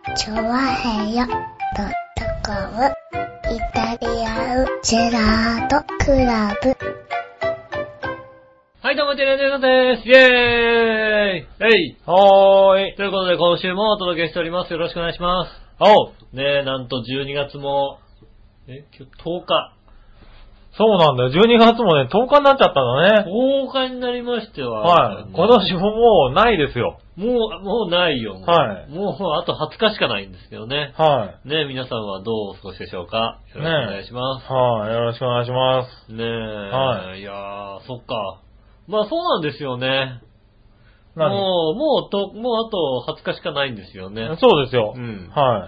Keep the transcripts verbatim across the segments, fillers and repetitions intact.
チョワヘヨドットコムイタリアンジェラートクラブ。 はい、どうも、ジェラートです。イェーイえいはーい。 ということで、今週もお届けしております。よろしくお願いします。 おう。 ねえ、なんとじゅうにがつも、え、今日とおか。 そうなんだよ。じゅうにがつもね、とおかになっちゃったんだね。 とおかになりましては。 はい。今年ももうないですよ。 もう、もうないよ。 はい。 もう、あとはつかしかないんですけどね。 はい。 ねえ、皆さんはどうお過ごしでしょうか。よろしくお願いします。 はい、よろしくお願いします。 ねえ。 はい。 いやー、そっか。まあそうなんですよね。 何もう、もうと、もうあとはつかしかないんですよね。 そうですよ。 うん。 はい。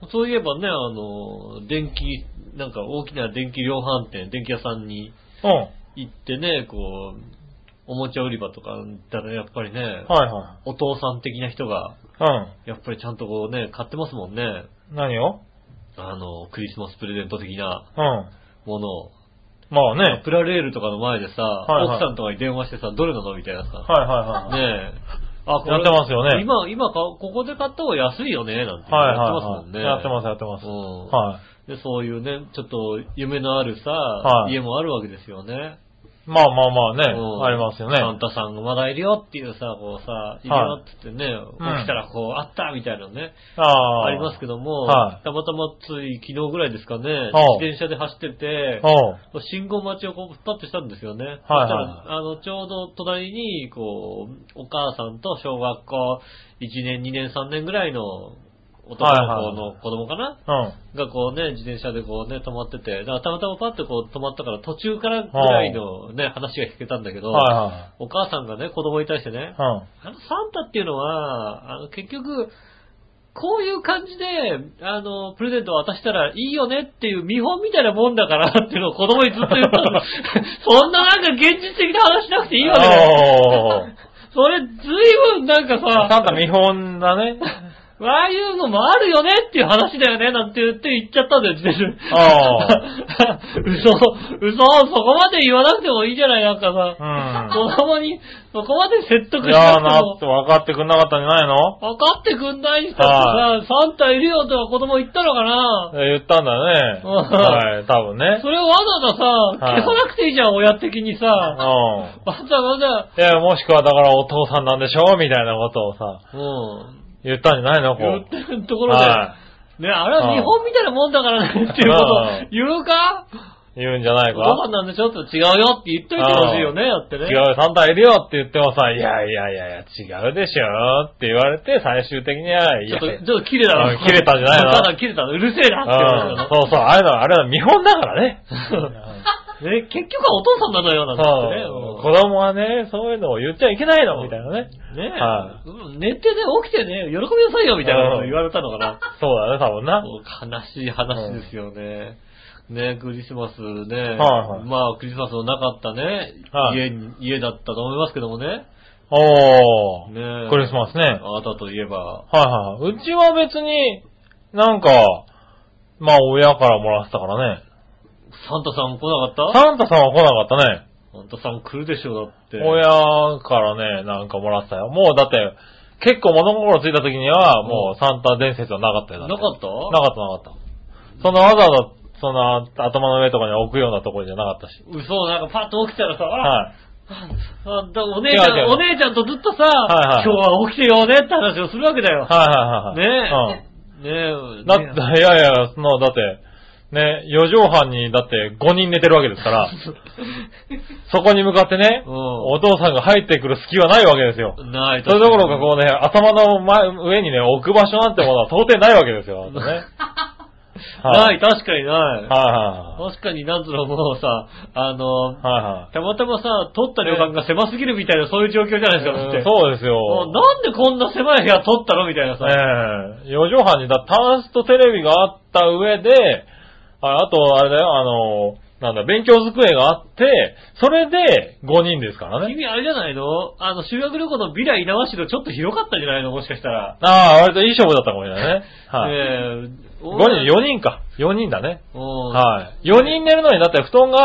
そういえばね、あの、電気、なんか大きな電気量販店、電気屋さんにうん。 行ってね、こう、おもちゃ売り場とか行ったらやっぱりね、 はいはい。 お父さん的な人が、 うん。 やっぱりちゃんとこうね、買ってますもんね。 何をあの、クリスマスプレゼント的なうん。 ものを。 まあね。 プラレールとかの前でさ、 はいはい奥さんとかに電話してさ、どれなのみたいなさ。 はいはいはい。 ねえ。あ、これやってますよね。 今、今か、ここで買った方が安いよね、なんてはいやってはいはますもんね。 い。やってますやってます。 うん。 はい。 で、そういうね、ちょっと夢のあるさ、 はい、 家もあるわけですよね。 まあまあまあね、 うん、 ありますよね。 サンタさんがまだいるよっていうさ、こうさ、いるよって言ってね、はい、起きたらこう、あったみたいなね、あ, ありますけども、はい、たまたまつい昨日ぐらいですかね、自転車で走ってて、信号待ちをこう、パッとしたんですよね。はい、そしたら、あの、ちょうど隣に、こう、お母さんと小学校いちねん、にねん、さんねんぐらいの、男の子の子供かな、はいはい、うん、がこうね、自転車でこうね、止まってて、だからたまたまパッとこう止まったから途中からぐらいのね、話が聞けたんだけど、はいはい、お母さんがね、子供に対してね、うん、あのサンタっていうのは、あの結局、こういう感じで、あの、プレゼントを渡したらいいよねっていう見本みたいなもんだからっていうのを子供にずっと言ったの。そんななんか現実的な話しなくていいわけだよ。それずいぶんなんかさ、 サンタ見本だね。 ああいうのもあるよねっていう話だよね、なんて言って言っちゃったんだよ、自転車。 ああ。嘘、嘘、そこまで言わなくてもいいじゃない、なんかさ。うん。子供に、そこまで説得しなくても。いやーなって分かってくんなかったんじゃないの？ 分かってくんない人ってさ、サンタいるよとは子供言ったのかな？ 言ったんだね。はい、多分ね。 それをわざわざさ、消さなくていいじゃん、親的にさ。うん。わざわざ。 いや、もしくはだからお父さんなんでしょみたいなことをさ。うん。言ったんじゃないの？こう。 言ってるところで。はい、ね、あれは見本みたいなもんだからねっていうことを言うか？ 言うんじゃないか？ お父さんなんでしょって違うよって言っといてほしいよね、だってね。 違うよ、サンタいるよって言ってもさ、いやいやいやいや、違うでしょって言われて、最終的には、いや、 ちょっと、ちょっと切れたの。 切れたんじゃないの？ ただ切れたの。うるせえなって言われたの。 そうそう、あれだ、あれだ、見本だからね。 ね、結局はお父さんなのよ、なんてね。 子供はね、そういうのを言っちゃいけないの、みたいなね。 ねえ。はい、寝てね、起きてね、喜びなさいよ、みたいなこと言われたのかな。 そうだね、多分な。 悲しい話ですよね。ね、クリスマスね、はいはい、まあクリスマスのなかったね、はい、家に、家だったと思いますけどもね。 おー、ね、クリスマスね。 あなたといえば。 はいはい。うちは別に、なんか、まあ親からもらってたからね。 サンタさん来なかった？ サンタさんは来なかったね。 サンタさん来るでしょ、だって。 親からね、なんかもらってたよ。もうだって、結構物心ついた時には、もうサンタ伝説はなかったよ。 なかったなかったなかった。そのわざわざ、その頭の上とかに置くようなところじゃなかったし。 嘘、なんかパッと起きたらさ、 はい。 あだお姉ちゃん、お姉ちゃんとずっとさ、はいはい、今日は起きてよねって話をするわけだよ。 はいはいはい。 ねえ。うん、ねえ。 だって、いやいや、その、だって、ね、四畳半にだってごにん寝てるわけですから、そこに向かってね、うん、お父さんが入ってくる隙はないわけですよ。 ない。 それどころかこうね、頭の前上にね、置く場所なんてものは到底ないわけですよ。ね、 ない、確かにない。 はいはい。 確かになんつうのもうさ、あの、 はいはい、 たまたまさ、取った旅館が狭すぎるみたいなそういう状況じゃないですか、だって。 そうですよ。 なんでこんな狭い部屋取ったのみたいなさ。 ええー、四畳半にだ、タンスとテレビがあった上で、あと、あれだよ、あの、なんだ、勉強机があって、それでごにんですからね。 君あれじゃないの？あの、修学旅行のビラ猪苗代ちょっと広かったんじゃないの？もしかしたら。 ああ、割といい勝負だったかもしれないね。はい。 えー、 ごにん、よにんか。よにんだね。はい。よにん寝るのに、だって布団が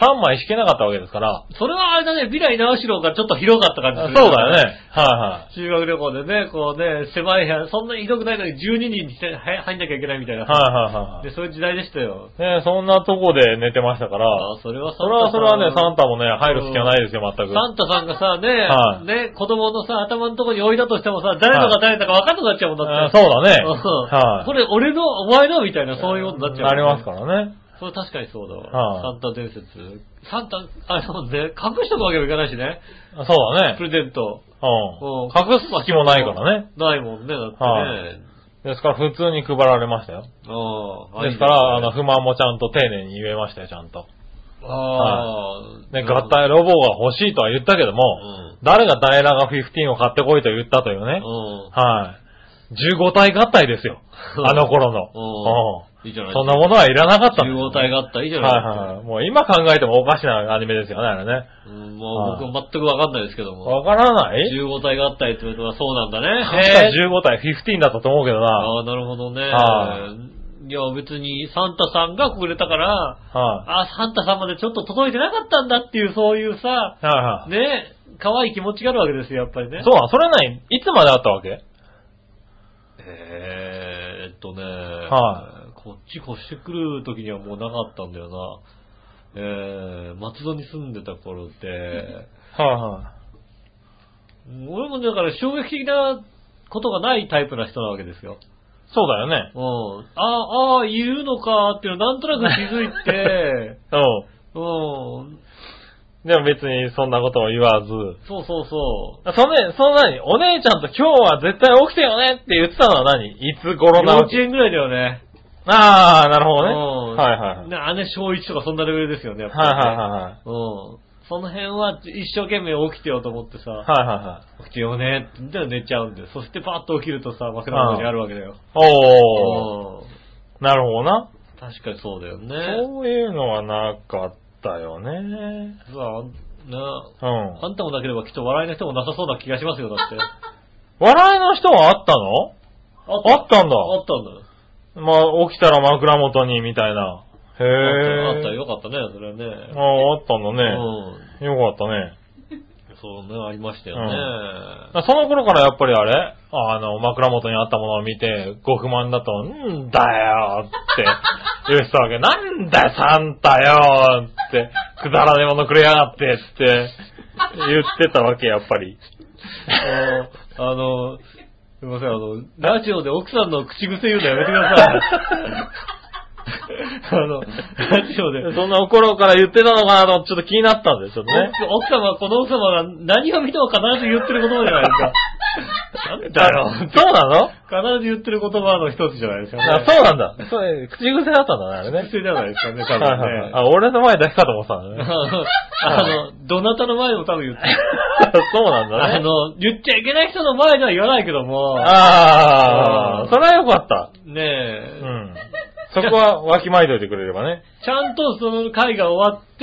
さんまい引けなかったわけですから。 それはあれだね、未来直しろがちょっと広かった感じする、 ね。そうだよね。はいはい。 修学旅行でね、こうね、狭い部屋、そんなにひどくないのにじゅうににんに入んなきゃいけないみたいな。 はいはいはい。 で、そういう時代でしたよ。 ね、そんなとこで寝てましたから。 あ、それはそれはそれはね、サンタもね、入る隙はないですよ、全く。 サンタさんがさ、ね、はい、ね、子供のさ、頭のところに置いたとしてもさ、誰のが誰だか分かんなくなっちゃうもんだって。 そうだね。 はい。これ俺の、お前のみたいな、そういうことになっちゃう、 ね。なりますからね。 それ確かにそうだわ。はい、サンタ伝説。サンタ、あれそうね、隠しとくわけにもいかないしね。 そうだね。 プレゼント。 うん。隠す隙もないからね。 ないもんね、だってね。はい、 ですから普通に配られましたよ。ああ。ですから、あの、不満もちゃんと丁寧に言えましたよ、ちゃんと。ああ。はい、ね、合体ロボが欲しいとは言ったけども、うん、誰がダイラガじゅうごを買ってこいと言ったというね。うん、はい。じゅうご体合体ですよ。あの頃の。うん。いいじゃないですか。そんなものはいらなかったんですよ。 じゅうご体合体いいじゃないですか。はいはい。 もう今考えてもおかしなアニメですよね、あれね。 うん、もう僕全くわかんないですけども。 わからない ?じゅうご体合体ってことはそうなんだね。 へぇ。じゅうご体、じゅうごだったと思うけどな。 ああ、なるほどね。はい。いや、別にサンタさんがくれたから、はい、あ、サンタさんまでちょっと届いてなかったんだっていう、そういうさ、はいはい、ね、可愛い気持ちがあるわけですよ、やっぱりね。 そう、それない、いつまであったわけえーっとね、はい。こっち越してくる時にはもうなかったんだよな。えー、松戸に住んでた頃って、はいはい。俺もだから衝撃的なことがないタイプな人なわけですよ。 そうだよね。 うん。ああ、言うのかっていうのなんとなく気づいて、うん。うん。 でも別にそんなことを言わず。 そうそうそう。 そのね、その何お姉ちゃんと今日は絶対起きてよねって言ってたのは何いつ頃なの？ 幼稚園ぐらいだよね。 ああ、なるほどね。うん。はいはい。 ね、姉小一とかそんなレベルですよね、やっぱり、ね。はいはいはい。うん。その辺は一生懸命起きてよと思ってさ。はいはいはい。起きてよねって言ったら寝ちゃうんで。そしてパッと起きるとさ、枕元にあるわけだよ。 おー。なるほどな。 確かにそうだよね。 そういうのはなかったよね。 さあ、な、うん。あんたもなければきっと笑いの人もなさそうな気がしますよ、だって。 笑いの人はあったの？あった。あったんだ。 あったんだ。 まあ、起きたら枕元にみたいな。へぇー。 あった、よかったね、それはね。 ああ、あったんだね。うん。よかったね。 そうね、ありましたよね。 うん、その頃からやっぱりあれあの、枕元にあったものを見て、ご不満だと、んだよって言ってたわけ。なんだよ、サンタよって、くだらねえものくれやがってって言ってたわけ、やっぱり。 あの、あのすいません、あの、ラジオで奥さんの口癖言うのやめてください。あの、ラジオで。 そんな頃から言ってたのかなと、ちょっと気になったんですよね。 奥様、この奥様が何を見ても必ず言ってる言葉じゃないですか。なんだよ。 そうなの？ 必ず言ってる言葉の一つじゃないですかね。 あ、そうなんだ。それ、口癖だったんだね、あれね。 口癖じゃないですかね、多分ね。はいはい、 あ、俺の前だけかと思ってたのね。 あの、どなたの前でも多分言ってる。 そうなんだね。 あの、言っちゃいけない人の前では言わないけども。 ああ、それはよかった。 ねえ。うん。 そこはわきまいといてくれればね。 ちゃんとその会が終わって、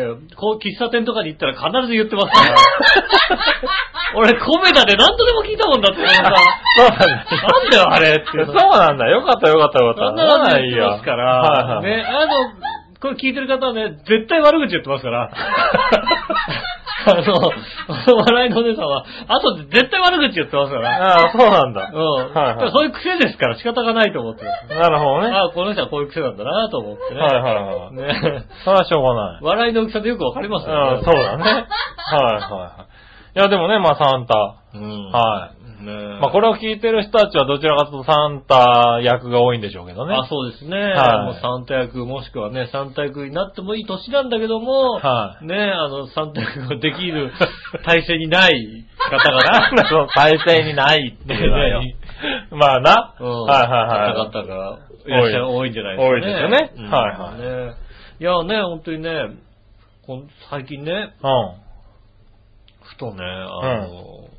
こう喫茶店とかに行ったら必ず言ってますから。俺、コメダで何とでも聞いたもんだってさ。 そうなんだ。 なんだよ、あれって。 そうなんだ。よかったよかったよかった。 そんなの言ってますから。はいはい。ね、あの、これ聞いてる方はね、絶対悪口言ってますから。あの、笑いのお姉さんは、あとで絶対悪口言ってますから。 ああ、そうなんだ。 うん。はいはい、そういう癖ですから仕方がないと思ってます。 なるほどね。 ああ、この人はこういう癖なんだなと思ってね。 はいはいはい。ね。それはしょうがない。 笑いの大きさでよくわかりますよね。うん、そうだね。はいはいはい。いやでもね、まあサンタ。うん。はい。ね、まあこれを聞いてる人たちはどちらかというとサンタ役が多いんでしょうけどね。 あ、そうですね。はい。もうサンタ役もしくはね、サンタ役になってもいい年なんだけども、はい。ね、あの、サンタ役ができる体制にない方がなんだその体制にないっていうのよ。まあな。うん。はいはいはい。 方々がいらっしゃる多いんじゃないですかね。 多いですよね。うん、はいはい。 ね、いやね、本当にね、最近ね、うん。ふとね、あの、うん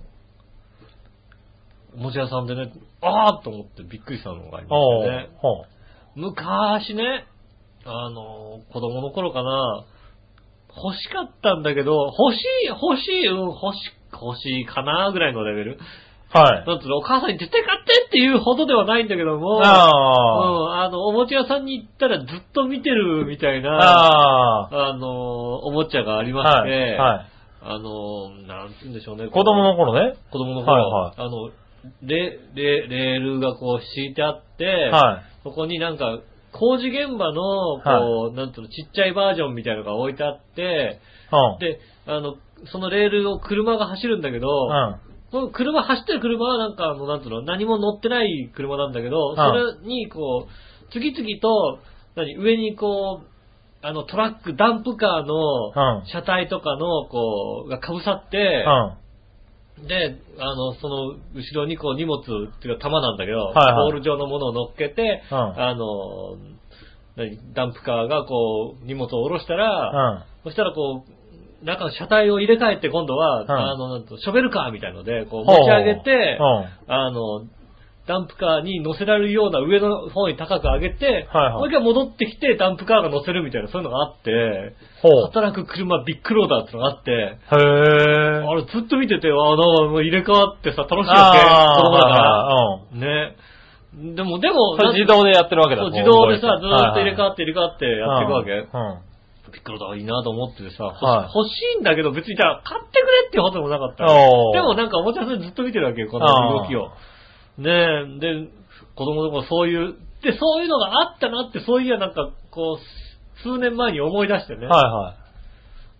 おもちゃ屋さんでね、あーっと思ってびっくりしたのがありましたね。昔ね、あの、子供の頃かな、欲しかったんだけど、欲しい、欲しい、うん、欲し、欲しいかなぐらいのレベル。 はい。なんつうの、お母さんに絶対買ってっていうほどではないんだけども、ああ。うん、あの、おもちゃ屋さんに行ったらずっと見てるみたいな、ああ。あの、おもちゃがありまして、はい。はい、あの、なんつうんでしょうね。 子供の頃ね。 子供の頃。はいはい。あの、レ、レ、レールがこう敷いてあって、はい。そこになんか、工事現場の、こう、はい、なんつうの、ちっちゃいバージョンみたいなのが置いてあって、うん、で、あの、そのレールを車が走るんだけど、うんその車、走ってる車はなんかあの、なんつうの、何も乗ってない車なんだけど、それにこう、次々と、何、上にこう、あのトラック、ダンプカーの車体とかの、こう、が被さって、うん、で、あの、その、後ろにこう荷物っていうか玉なんだけど、はいはい、ボール状のものを乗っけて、うん、あの、何、ダンプカーがこう、荷物を下ろしたら、うん、そしたらこう、中の車体を入れ替えて今度は、うん、あの、ショベルカーみたいので、こう持ち上げて、うん、あの、ダンプカーに乗せられるような上の方に高く上げて、はいはい、もう一回戻ってきてダンプカーが乗せるみたいなそういうのがあって、働く車ビッグローダーってのがあって、へー。あれずっと見てて、あなんかもう入れ替わってさ、楽しいわけ、子供だから。うん、ね。でも、でも、 自動でやってるわけだもん。 自動でさ、ずーっと入れ替わって入れ替わってやっていくわけ。うんうんビッグローダーいいなと思っててさ、はい、欲しいんだけど別にじゃあ買ってくれってほどでもなかった。でもなんかおもちゃ屋さんずっと見てるわけよ、この動きを。ねえ、で、子供の頃そういう、で、そういうのがあったなって、そういやなんかこう、数年前に思い出してね。はいはい。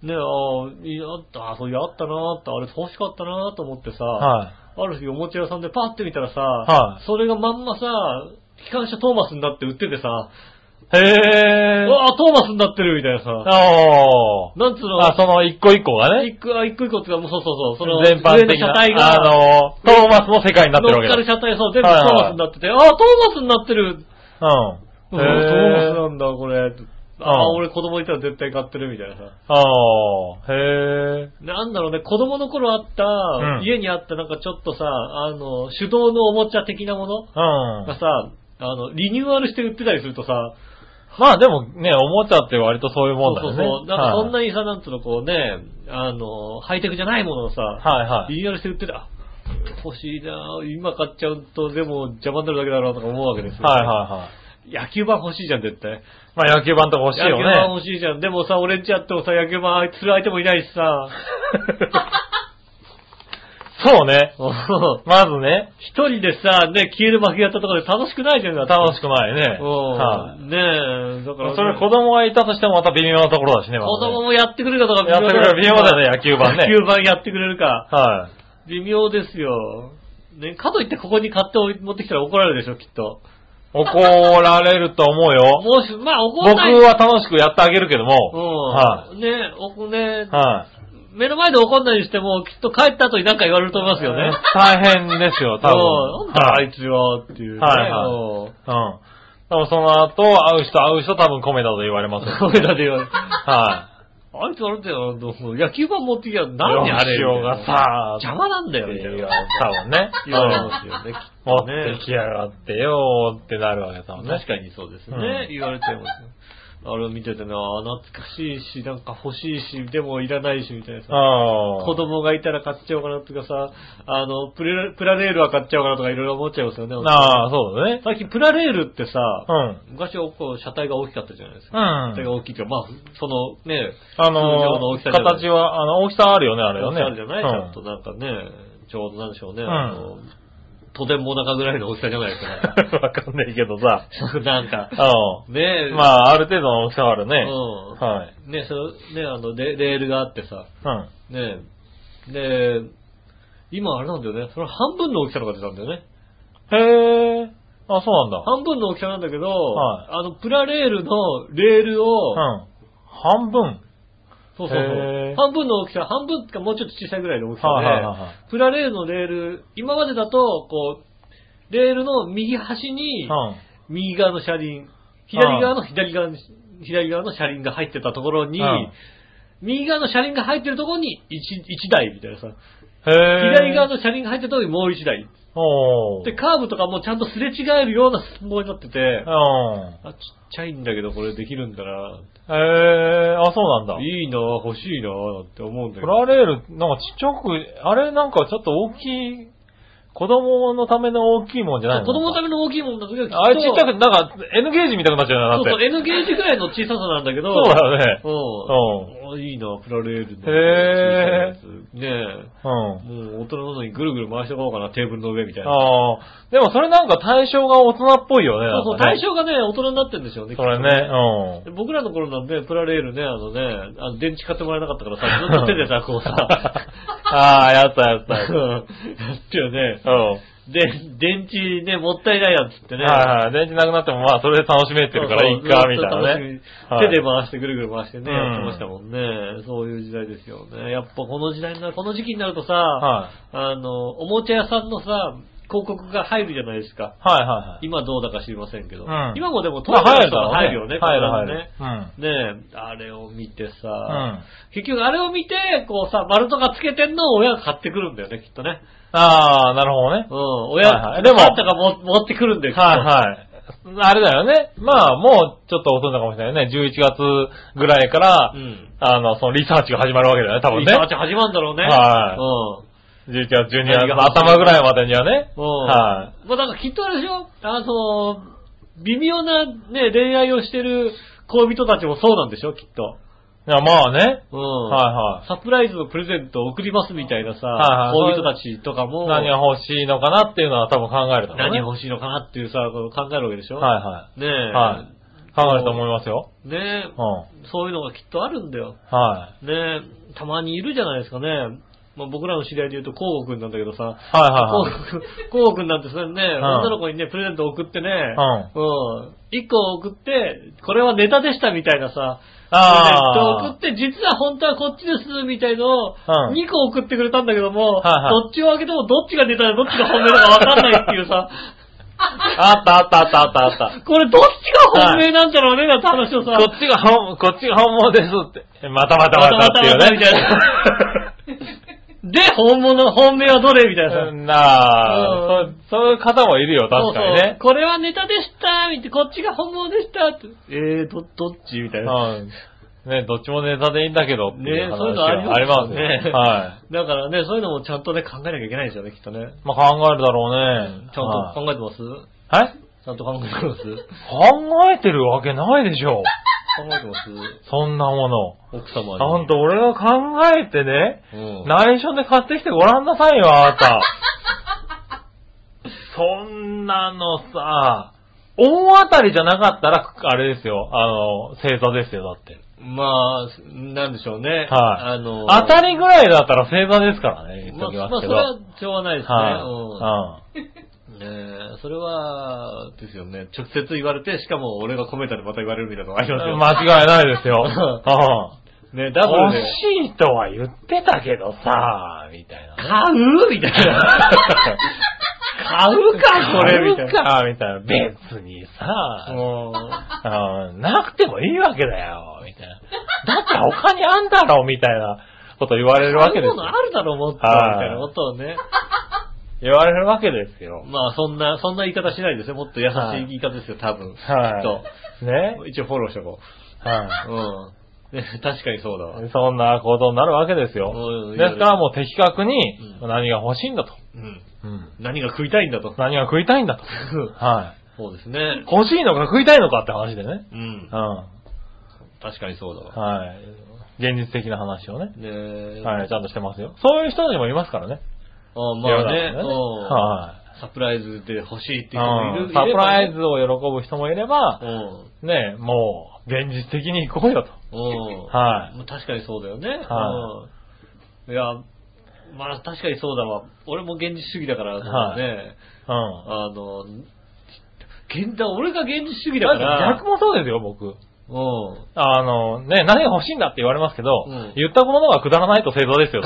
ねえ、ああ、いや、あった、そういうあったなって、あれ欲しかったなと思ってさ、はい、ある日おもちゃ屋さんでパッて見たらさ、はい、それがまんまさ、機関車トーマスになって売っててさ、へぇー。うわ、トーマスになってるみたいなさ。ああ。なんつうの。 あ、その一個一個がね。 一個、一個一個っていうか、もうそうそうそう。その、 全般的な。車体が。あの、トーマスの世界になってるわけだ。 乗っかる車体、そう、全部トーマスになってて、はいはい、あ、トーマスになってる。うん。トーマスなんだ、これ。ああ、俺子供いたら絶対買ってるみたいなさ。ああ、へえ。なんだろうね、子供の頃あった、うん、家にあったなんかちょっとさ、あの、手動のおもちゃ的なものがさ、うん、あの、リニューアルして売ってたりするとさ、 まあでもね、おもちゃって割とそういうもんだよね。そうそうそう。 なんかそんなにさ、なんつうのこうね、あの、ハイテクじゃないものをさ、はいはい。リニューアルして売ってた。欲しいな今買っちゃうと、でも邪魔になるだけだろうとか思うわけですよ、ね。はいはいはい。野球盤欲しいじゃん、絶対。 まあ野球盤とか欲しいよね。野球盤欲しいじゃん。でもさ、俺んちやってもさ、野球盤する相手もいないしさ。 そうね。まずね。 一人でさ、ね、消える幕やったところで楽しくないじゃん。 楽しくないね。 はい、ねえ、だから、ね。 それ子供がいたとしてもまた微妙なところだしね。 子供もやってくれるかとか微妙だ。やってくれる、微妙だよね、野球盤ね。 野球盤やってくれるか。はい。微妙ですよ。ね、かといってここに買って持ってきたら怒られるでしょ、きっと。 怒られると思うよ。 もし、まあ怒らない。 僕は楽しくやってあげるけども。 うん。はい。ね、おくね。はい。目の前で怒んないにしても、きっと帰った後に何か言われると思いますよね。 大変ですよ、多分。 なんだあいつは、っていう、ね。はいはい。うん。 多分その後、会う人会う人多分コメダと言われますよ。 コメダで言われる。はい。あいつあれだよ、野球盤持ってきゃ何にあれよ。がさ、邪魔なんだよ、みたいな。 多分ね。 言われますよね、きっとね。 持ってきやがってよーってなるわけだもんね。 確かにそうですね。言われてますよ。あれを見ててな、懐かしいし、なんか欲しいし、でもいらないし、みたいなさ。子供がいたら買っちゃおうかなとかさ、あの、プラ、プラレールは買っちゃおうかなとかいろいろ思っちゃいますよね。 ああ、そうだね。 最近プラレールってさ、うん、昔はこう車体が大きかったじゃないですか。うん。車体が大きいけど、まあ、そのね、 あのー、の大きさ形は、あの、大きさあるよね、あれよね。 大きさあるじゃない、うん、ちゃんとなんかね、ちょうどなんでしょうね、うん、あの、都電も中ぐらいの大きさじゃないですか。わかんないけどさ。 なんか。 うん。ねえ。まあ、ある程度の大きさあるね。 うん。はい。ねえ、その、ねあのレ、レールがあってさ。うん。ねえ。で、今あれなんだよね。その半分の大きさのが出たんだよね。 へえ。あ、そうなんだ。 半分の大きさなんだけど、はい。あの、プラレールのレールを、うん。 半分そうそうそう。半分の大きさ、半分かもうちょっと小さいぐらいの大きさで、はいはいはい、プラレールのレール、今までだと、こう、レールの右端に、右側の車輪、左側の左側の、左側の車輪が入ってたところに、右側の車輪が入ってるところに 1, 1台みたいなさ、左側の車輪が入ってるところにもういちだい。で、カーブとかもちゃんとすれ違えるような相撲になってて、あ、ちっちゃいんだけどこれできるんだな。 へえー、あ、そうなんだ。 いいな、欲しいなって思うんだけど。 プラレール、なんかちっちゃく、あれなんかちょっと大きい子供のための大きいもんじゃないの？ 子供のための大きいもんだけど、 あれちっちゃくて、なんか N ゲージみたいになっちゃうよな、だって。 そうそう、N ゲージぐらいの小ささなんだけど。 そうだよね。 うん。うん。いいな、プラレールの。 へぇー。ねえ。うん。もう大人なのにぐるぐる回しておこうかな、テーブルの上みたいな。 ああ。でもそれなんか対象が大人っぽいよね。 そうそう、対象がね、大人になってるんでしょうね。 それね、うん。 僕らの頃なんで、プラレールね、あのね、あの電池買ってもらえなかったからさ、ずっと手でさ、こうさ。 ああ、やったやった。やったよね。 うん。 で、電池ね、もったいないやつってね。 はいはい。電池なくなってもまあ、それで楽しめてるからいいか、みたいなね。 手で回してぐるぐる回してね、やってましたもんね。そういう時代ですよね。やっぱこの時代になる、この時期になるとさ、はい、あの、おもちゃ屋さんのさ、広告が入るじゃないですか。 はいはいはい。 今どうだか知りませんけど。 うん、 今もでも当時の人が入るよね。 入る入る。 ね。 うん、 ねえ、あれを見てさ、 うん、 結局あれを見て、こうさ、丸とかつけてんのを親が買ってくるんだよね、きっとね。 ああ、なるほどね。 うん、親が、でも、あんたが持ってくるんだよ、 はいはい。あれだよね。まあ、もうちょっと遅いのかもしれないね。じゅういちがつぐらいから、うん、あの、そのリサーチが始まるわけだよね、多分ね。 リサーチ始まるんだろうね。 はい。うん。じゅういちがつ、じゅうにがつの頭ぐらいまでにはね。 うん。はい。まあ、だからきっとあれでしょあの、微妙なね、恋愛をしてる恋人たちもそうなんでしょきっと。 いや、まあね。 うん。はいはい。サプライズのプレゼントを送りますみたいなさ、はいはい、恋人たちとかも。 何が欲しいのかなっていうのは多分考えるだろうね。 何が欲しいのかなっていうさ、考えるわけでしょはいはい。 ねえ。 はい。考えると思いますよ。 ねえ。うん。そういうのがきっとあるんだよ。 はい。 ねえ。たまにいるじゃないですかね。まあ、僕らの知り合いで言うと、コウゴくんなんだけどさ。 はいはいはい。 コウゴくんなんてそれね、うん、女の子にね、プレゼント送ってね、うん。うん。一個送って、これはネタでしたみたいなさ、ああ。送って、実は本当はこっちです、みたいのを、にこ送ってくれたんだけども、はいはい、どっちを開けてもどっちがネタでどっちが本命だかわかんないっていうさ。 あったあったあったあったあった。 これどっちが本命なんだろうね、なんて話をさ。 こっちが本、こっちが本物ですって。またまたまたっていうね。またまたみたいな。 で、本物、本命はどれみたいなさ。 なあ、うん、そ、そういう方もいるよ、確かにね。そうそうこれはネタでしたみたいな、こっちが本物でしたって。えー、ど、どっちみたいな。 うん。ね、どっちもネタでいいんだけどっていう話が。 ね、そういうのありますね。ありますね。はい。 だからね、そういうのもちゃんとね、考えなきゃいけないんですよね、きっとね。 まあ考えるだろうね。 ちゃんと考えてます？ はいちゃんと考えてます？ 考えてるわけないでしょ。 考えてますそんなもの。 奥様に。 ほんと、俺が考えてね、うん、内緒で買ってきてごらんなさいよ、あなた。そんなのさ、大当たりじゃなかったら、あれですよ、あの、星座ですよ、だって。 まあ、なんでしょうね。はい、 あ。のー、当たりぐらいだったら星座ですからね、言っときますけど。 まあ、まあ、それはしょうがないですね。 はい、うん。 うんねえ、それは、ですよね。直接言われて、しかも俺がコメントでまた言われるみたいなのがありますよ。 間違いないですよ。うん。 ねダブルで。 欲しいとは言ってたけどさ、みたいな、ね。 買うみたいな。買うか、これみたいな。 買うか、みたいな。別にさ、うん、なくてもいいわけだよ、みたいな。だって他にあんだろ、みたいなこと言われるわけですよ。 そういうものあるだろ、もっと、みたいなことをね。 言われるわけですよ。 まあ、そんな、そんな言い方しないですよ。もっと優しい言い方ですよ、多分。はい。きっと。 ね。 一応フォローしとこう。はい。うん。ね、確かにそうだわ。 そんなことになるわけですよ。うん、ですからもう的確に、何が欲しいんだと。 うん。うん。何が食いたいんだと。 何が食いたいんだと。はい。 そうですね。 欲しいのか食いたいのかって話でね。 うん。うん。確かにそうだわ。はい。現実的な話をね。ねはい、ちゃんとしてますよ。そういう人たちもいますからね。 あまあね、ねはい、サプライズで欲しいっていう人もいる。 サプライズを喜ぶ人もいれば、ね、もう、現実的に行こうよと。 はい。確かにそうだよね。はい。いや、まあ確かにそうだわ。俺も現実主義だから、はい、ね、うん。あの、現だ俺が現実主義だから。 逆もそうですよ、僕。うん。あの、ね、何が欲しいんだって言われますけど、うん、言ったものがくだらないと正座ですよ。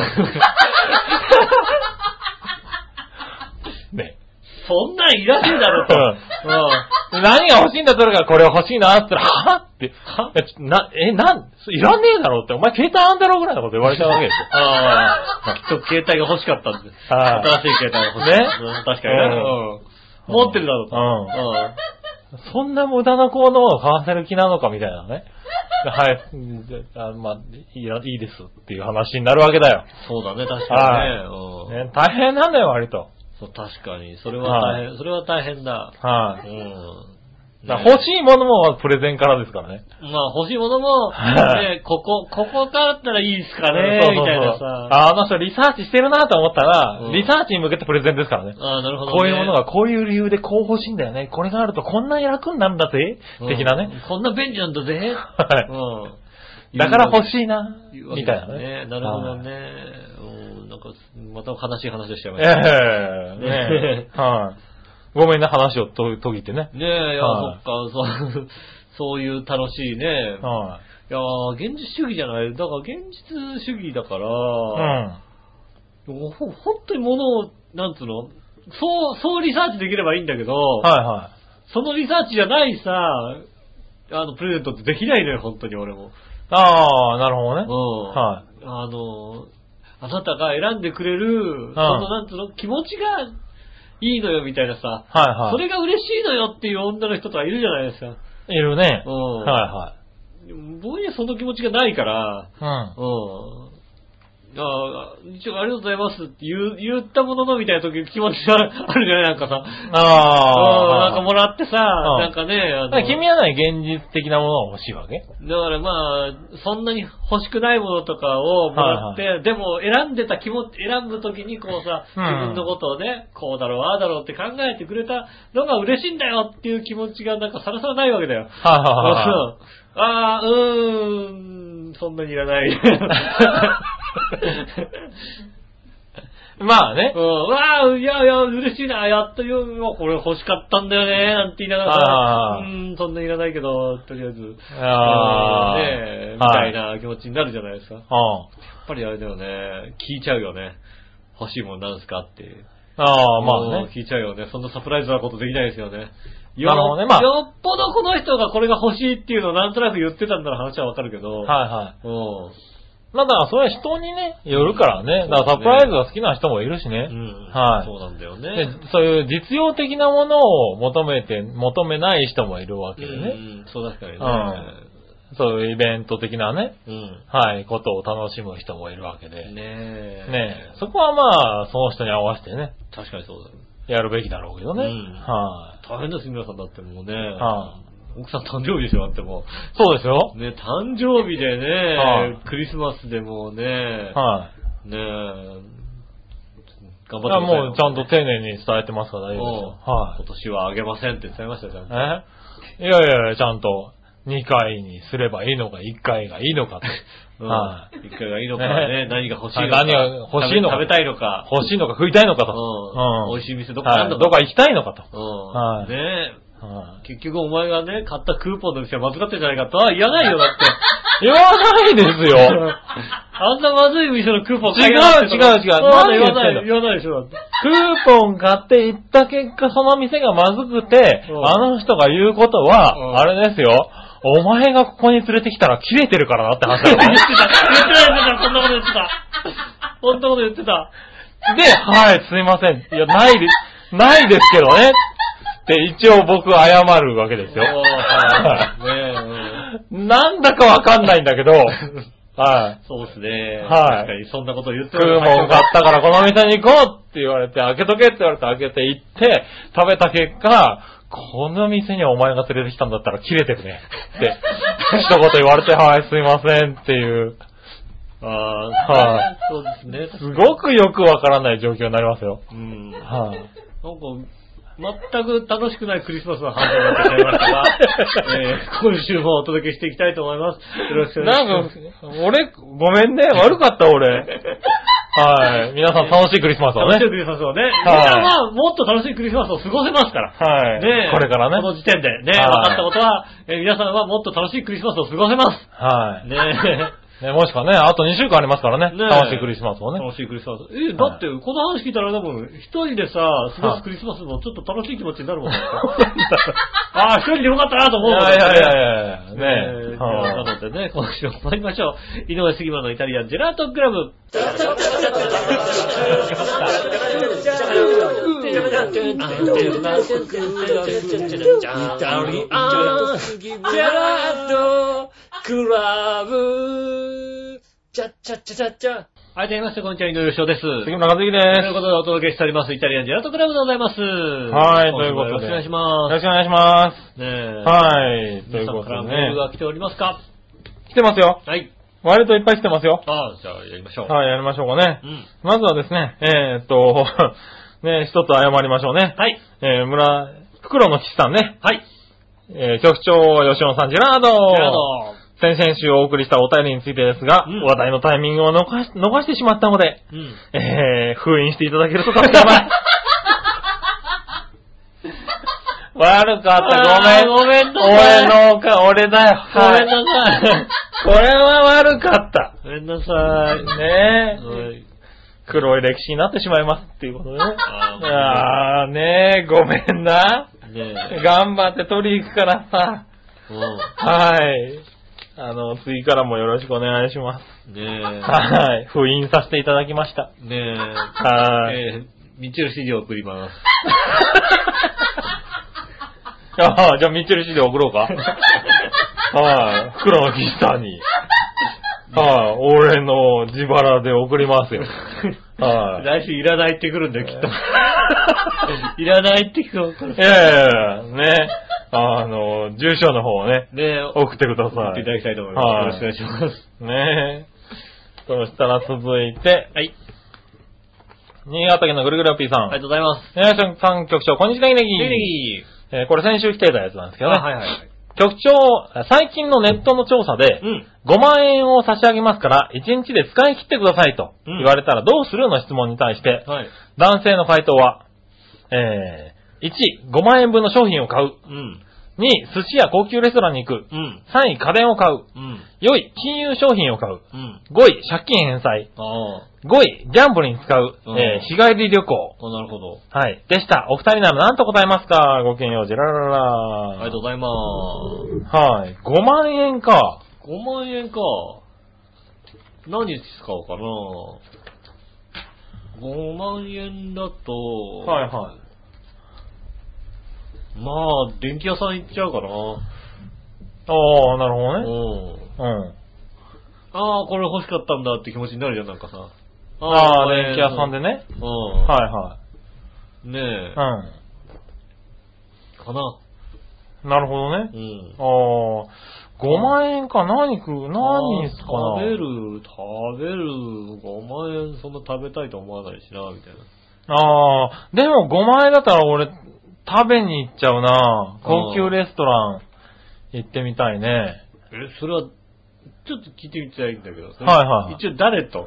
ね。 そんなんいらねえだろと。 うん。何が欲しいんだったらこれ欲しいなって言ったら、はって、はな、え、なん、いらねえだろって、お前携帯あんだろぐらいのこと言われちゃうわけですよ。 ああ。きっと携帯が欲しかったんです。新しい携帯が欲しい。ね。確かにね。うん。持ってるだろうと。うん。 そんな無駄な行動を買わせる気なのかみたいなね。はい。あまあいい、いいですっていう話になるわけだよ。 そうだね、確かにね。 ね大変なんだよ、割と。 そう、確かに。それは大変、はい、それは大変だ。 はい、うんだ欲しいものもプレゼンからですからね。 まあ欲しいものも、ね、ここ、ここからだったらいいですかね、そうそうそうみたいなさ。 あ、あの人リサーチしてるなと思ったら、うん、リサーチに向けてプレゼンですからね。 ああ、なるほど、ね。 こういうものがこういう理由でこう欲しいんだよね。これがあるとこんな楽になるんだぜ、うん、的なね。 こんな便利なんだぜ。はい。 うん。だから欲しいな、みたいなね。 なるほどね。うん、なんか、また悲しい話をしちゃいましたね。ええー、 ねはい。ごめんね、話をと途切ってね。 ねえ、いや、はい、そっか、そう、そういう楽しいね。はい。いや、現実主義じゃない。だから現実主義だから、うん。ほ、本当に物を、なんつうの、そう、そうリサーチできればいいんだけど、はいはい。そのリサーチじゃないさ、あの、プレゼントってできないのよ、本当に俺も。 ああ、なるほどね。 うん。はい。あの、あなたが選んでくれる、うん、その、なんつうの、気持ちが、いいのよみたいなさ、はいはい。それが嬉しいのよっていう女の人とかいるじゃないですか。 いるね。うん。はいはい。 僕にはその気持ちがないから、うん。うん。ああ、一応ありがとうございますって言う、言ったもののみたいな時気持ちがあるじゃないなんかさ。ああ。なんかもらってさ、なんかね、あの君はない現実的なものが欲しいわけ？ だからまあ、そんなに欲しくないものとかをもらって、はいはい、でも選んでた気持ち、選ぶ時にこうさ、自分のことをね、こうだろう、ああだろうって考えてくれたのが嬉しいんだよっていう気持ちがなんかさらさらないわけだよ。はいはいはい。ああ、うーん、そんなにいらない。 まあね。 うん。わあ、いやいや、嬉しいな。やっとよ、これ欲しかったんだよね。なんて言いながら、うーん、そんなにいらないけど、とりあえず。ああ。ねえ、みたいな気持ちになるじゃないですか。ああ。やっぱりあれだよね。聞いちゃうよね。欲しいもんなんすかって。 ああ、まあね。 聞いちゃうよね。そんなサプライズなことできないですよね。なるほどね、まあ。よっぽどこの人がこれが欲しいっていうのをなんとなく言ってたんなら話はわかるけど。はいはい。うん。 まあだからそれは人にね、よるからね。だからサプライズが好きな人もいるしね。うん。はい。 そうなんだよね。 で、そういう実用的なものを求めて、求めない人もいるわけでね。うん、 そう確かにね。 うん。そういうイベント的なね。うん。はい、ことを楽しむ人もいるわけで。ねえ。ねえ。そこはまあ、その人に合わせてね。 確かにそうだよ。 やるべきだろうけどね。うん。 はい。大変です、皆さんだってもうね。はい。奥さん誕生日でしょ、だってもう。 そうですよ。 ね、誕生日でね、はい、クリスマスでもね、はい。ね頑張ってください。 もうちゃんと丁寧に伝えてますから大丈夫ですよ。 はい。今年はあげませんって伝えましたよ、ちゃんと。 えいやいやいや、ちゃんとにかいにすればいいのか、いっかいがいいのかと。 うん、はい。いっかいがいいのかね、何が欲しいのか。 何が欲しいのか。 食べたいのか。 欲しいのか、食いたいのかと。 うん。美味しい店どこかあるのか。 どこか行きたいのかと。 うん。はい。ねえ。結局お前がね、買ったクーポンの店はまずかったんじゃないかとは言わないよ、だって。 言わないですよ。 あんなまずい店のクーポン買いなって違う違う違う。 何言わない、言わないでしょ、だって。 クーポン買って行った結果、その店がまずくて、あの人が言うことは、あれですよ。お前がここに連れてきたら切れてるからなって話だよ。 言ってた。言ってた、言ってた。そんなこと言ってた。そんなこと言ってた。 で、はい、すいません。いや、ないです、ないですけどね。って一応僕謝るわけですよ。なんだかわかんないんだけど、はい。 そうですね。 はい。 確かにそんなこと言ってる。クーポン買ったからこの店に行こうって言われて、開けとけって言われて開けて行って、食べた結果、この店にお前が連れてきたんだったら切れてくね。って、一言言われて、はい、すいませんっていう。 ああ、はい。そうですね。 すごくよくわからない状況になりますよ。 うん。はい。なんか、全く楽しくないクリスマスの話になってしまいましたが、えー、今週もお届けしていきたいと思います。よろしくお願いします。 なんか、俺、ごめんね。悪かった、俺。はい。皆さん楽しいクリスマスをね。 楽しいクリスマスをね。皆さんはもっと楽しいクリスマスを過ごせますから。 はい。ねこれからね。 この時点でね、分かったことは、えー、皆さんはもっと楽しいクリスマスを過ごせます。 はい。 ねね、もしくはね、あとにしゅうかんありますからね。ね楽しいクリスマスをね。 楽しいクリスマス。え、だって、この話聞いたら多分、一人でさ、過ごすクリスマスもちょっと楽しい気持ちになるもんね。ああ、一人でよかったなと思うもんね。 いやいやいやいやねえ。なのでね、今週も参りましょう。井上杉村のイタリアンジェラートクラブ。 クラブチャッチャッチャチャッチャはい、どうもみなさん、こんにちは、井上翔です。 杉村和之です。 ということでお届けしております、イタリアンジェラートクラブでございます。 はい、ということで。 よろしくお願いします。 よろしくお願いします。 ねえ。 はい、ということでね。 メールが来ておりますか？ 来てますよ。 はい。 割といっぱい来てますよ。 ああ、じゃあやりましょう。 はい、やりましょうかね。 うん。 まずはですね、えーっと、ね、一つ謝りましょうね。 はい。 えー、村、袋の岸さんね。 はい。 えー、局長、吉野さん、ジェラード。ジェラード。 先々週お送りしたお便りについてですが、うん、話題のタイミングを逃し、逃してしまったので、うん、えー、封印していただけると助かります。悪かった、ごめん。 ごめんなさい。 俺のか、俺だよ。 ごめんなさい。 これは悪かった。 ごめんなさい。 ねえ。黒い歴史になってしまいますっていうことでね。あーねえ、ごめんな。ねえ。頑張って取り行くからさ。うん、はい。あの、次からもよろしくお願いします。 ねえ。 はい。封印させていただきました。 ねえ。 はい。 えー、ミッチェル シーディー を送ります。 ああ、じゃあミッチェル シーディー 送ろうか。はい。袋の岸さんに。はい。俺の自腹で送りますよ。はい。 来週いらないってくるんだよ、きっと。いらないってくる。 いやいやいや、ね。あの、住所の方をね、 ね送ってください。 送っていただきたいと思います。はい、よろしくお願いします。 ねそしたら続いて、 はい。 新潟県のぐるぐるおっぴーさん。 ありがとうございます。 ねさん局長、こんにちは、ネギネギ。 ネギえー、これ先週来てたやつなんですけどね。 はいはいはい。 局長、最近のネットの調査で、うん、ごまん円を差し上げますから、いちにちで使い切ってくださいと言われたらどうするの質問に対して、はい、男性の回答は、えー、いち、ごまん円分の商品を買う。うん、に、寿司や高級レストランに行く。うん、さんい、家電を買う。うん、よんい、金融商品を買う。うん、ごい、借金返済。ごい、ギャンブルに使う。えー、日帰り旅行。 なるほど。 はい。でした。お二人なら何と答えますか？ごきげんよう、ジェラララ。 ありがとうございまーす。はい。ごまん円か。 ごまん円か。何に使おうかな。ごまん円だと。 はいはい。 まあ、電気屋さん行っちゃうかな。 ああ、なるほどね。うん。うん。 ああ、これ欲しかったんだって気持ちになるじゃん、なんかさ。 ああ、電気屋さんでね。 うん。 はいはい。 ねえ。うん。かな。 なるほどね。うん。ああ、ごまん円か、何食う、何すかな。 食べる、食べる、ごまん円そんな食べたいと思わないしな、みたいな。ああ、でもごまん円だったら俺、食べに行っちゃうな。高級レストラン行ってみたいね。 え、それは、ちょっと聞いてみたいんだけど。 はいはい。 一応誰と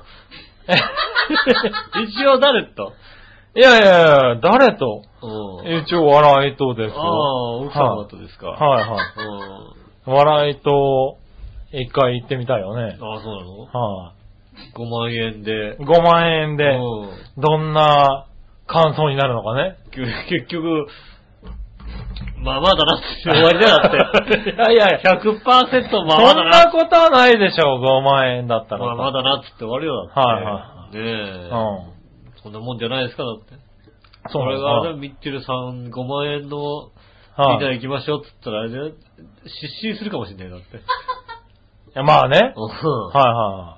一応誰といやいやいや、誰と一応笑いとですよ。 ああ、奥様とですか。 はいはい。笑いと、一回行ってみたいよね。 ああ、そうなの？ はい。 ごまん円で。 ごまん円で、どんな感想になるのかね。 結局、まあまだなって終わりだよだって。 いやいやいや、 ひゃくパーセント まあまだな。 そんなことはないでしょう、ごまん円だったら。 まあまだなって終わるよだって。 はいはい。 ねえ。うん。そんなもんじゃないですか、だって。 そうこれがね、ミッチェルさんごまん円のディナー行きましょうって言ったら、あれね、失神するかもしれないだって。いや、まあね。 うん。 はいはい。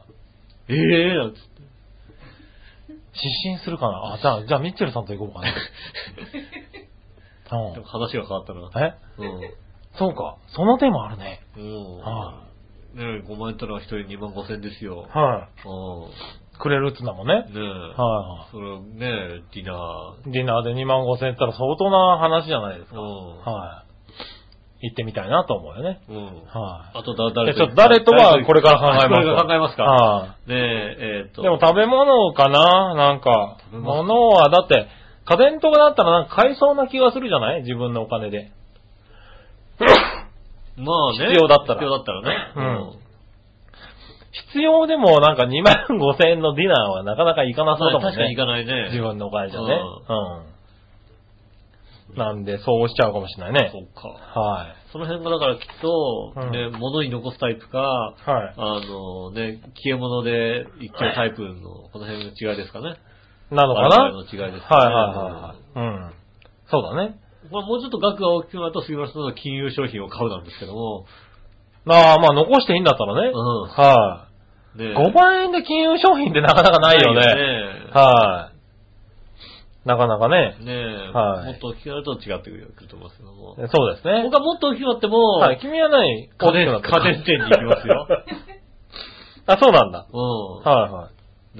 ええー、なんつって。 失神するかなあ、じゃあ、じゃあミッチェルさんと行こうかな。 うん、話が変わったな。 えうん。そうか。その手もあるね。 うん。はい、ねえ、ごまん円ったら一人にまんごせんですよ。 はい、 うん。 くれるって言うんだもんね。 ねえ。 はい、 それねディナー。 ディナーでにまんごせん円ったら相当な話じゃないですか。 うん。 はい、行ってみたいなと思うよね。 うん。 はい、 あとだ、誰と。 ちょっと誰とはこれから考えますか。 これから考えますか。 はい、 ねえ、えっと。 でも食べ物かななんか、物は、だって、家電とかだったらなんか買いそうな気がするじゃない自分のお金で。 まあね。 必要だったら。 必要だったらね。 うん。必要でもなんかにまんごせん円のディナーはなかなか行かなそうだもんね。 確かに行かないね。 自分のお金じゃね。うん。なんで、そうしちゃうかもしれないね。 そうか。 はい。 その辺がだからきっと、ね、うん、物に残すタイプか、 はい。 あのね、消え物で行っちゃうタイプの、この辺の違いですかね。 なのかなの違いですね。はいはいはい。うん。そうだね。 まあもうちょっと額が大きくなると杉村さんの金融商品を買うなんですけども。 ああ、まあ残していいんだったらね。 うん。 はい、 ね、ごまん円で金融商品ってなかなかないよね。ねはい。なかなかね。 ねえ。はい。もっと大きくなると違ってくると思いますけども。 そうですね。 僕はもっと大きくなっても、 はい、君は何家電、家電店に行きますよ。 あ、そうなんだ。 うん。 はいはい。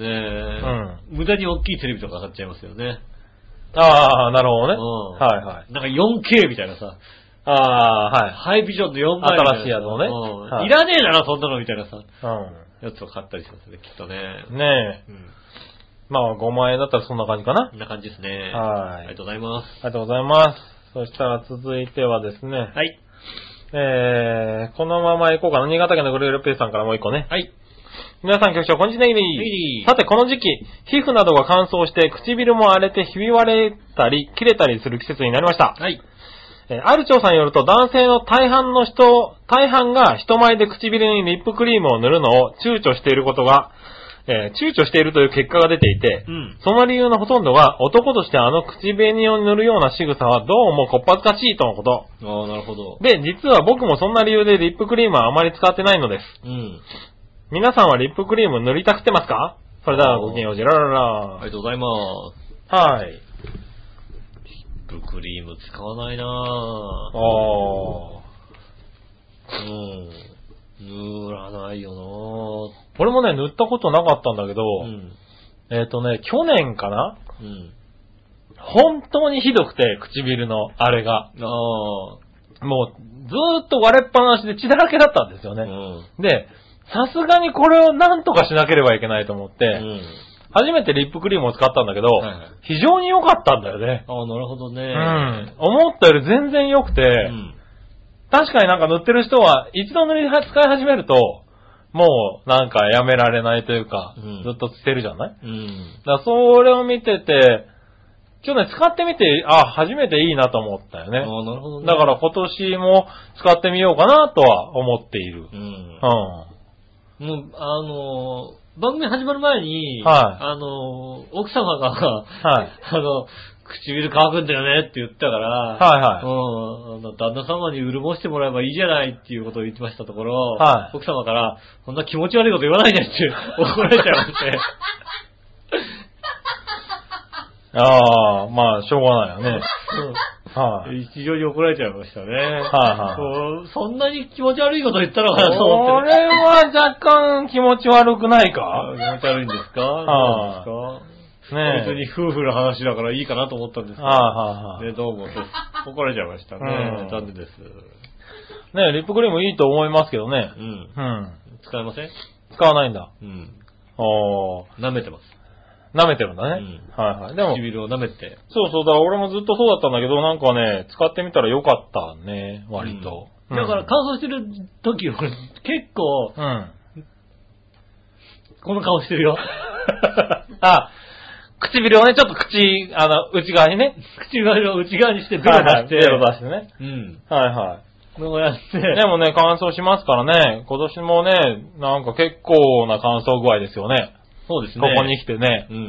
ねえ。うん。無駄に大きいテレビとか買っちゃいますよね。 ああ、なるほどね。うん。はいはい。 なんか よんケー みたいなさ。 ああ、はい。 ハイビジョンのよんばいみたいな。 新しいやつをね。うん。 はい、いらねえだろ、そんなのみたいなさ。うん。やつを買ったりしますね、きっとね。 ねえ。うん。まあ、ごまん円だったらそんな感じかな。 こんな感じですね。 はい。 ありがとうございます。 ありがとうございます。そしたら続いてはですね。 はい。 えー、このまま行こうかな。新潟県のグルールペイさんからもう一個ね。 はい。 皆さん局長、こんにちは。さて、この時期、皮膚などが乾燥して唇も荒れてひび割れたり切れたりする季節になりました。 はい。 えー、ある調査によると男性の大半の人、大半が人前で唇にリップクリームを塗るのを躊躇していることが、えー、躊躇しているという結果が出ていて、うん、その理由のほとんどが男としてあの口紅を塗るような仕草はどうもこっぱずかしいとのこと。 ああ、なるほど。 で、実は僕もそんな理由でリップクリームはあまり使ってないのです。うん。皆さんはリップクリーム塗りたくてますか？それではごきげんよう、ジェラララ。 ありがとうございます。 はい。 リップクリーム使わないなぁ。 ああ。 うん。塗らないよなぁ。 俺もね、塗ったことなかったんだけど、うん、えっとね、去年かな、うん、本当にひどくて、唇のあれが。あもう、ずーっと割れっぱなしで血だらけだったんですよね。うん、で、さすがにこれをなんとかしなければいけないと思って、うん、初めてリップクリームを使ったんだけど、はいはい、非常に良かったんだよね。 ああ、なるほどね。 うん。思ったより全然良くて、うん、確かになんか塗ってる人は一度塗り使い始めると、もうなんかやめられないというか、うん、ずっとしてるじゃない？うん。だからそれを見てて、去年使ってみて、あ、初めていいなと思ったよね。ああ、なるほどね。 だから今年も使ってみようかなとは思っている。うん。うん。 もう、あのー、番組始まる前に、はい。あのー、奥様が、はい。あの、唇乾くんだよねって言ったから、はいはい。うん。あの、旦那様に潤してもらえばいいじゃないっていうことを言ってましたところ、はい。奥様から、そんな気持ち悪いこと言わないでって怒られちゃいまして。 ああ、まあ、しょうがないよね。 うん。はい。非常に怒られちゃいましたね。はいはい。そんなに気持ち悪いこと言ったのかなと思って。 これは若干気持ち悪くないか？ 気持ち悪いんですか？はい。そうですか？ねえ。別に夫婦の話だからいいかなと思ったんですけど。はいはいはい。ね、どうも、怒られちゃいましたね。うん、残念です。 ねえ、リップクリームいいと思いますけどね。 うん。うん。使えません？ 使わないんだ。 うん。 おー。舐めてます。 舐めてるんだね。 うん。はいはい。でも、唇を舐めて。 そうそう、だから俺もずっとそうだったんだけど、なんかね、使ってみたらよかったね、割と。 うん、だから乾燥してる時、俺、結構、うん。この顔してるよ。 あ、唇をね、ちょっと口、あの、内側にね。 唇を内側にして、ベロ出して。 ベロ出してね。 うん。 はいはい。 こうやって。 でもね、乾燥しますからね、今年もね、なんか結構な乾燥具合ですよね。 そうですね。 ここに来てね。 うん。うん。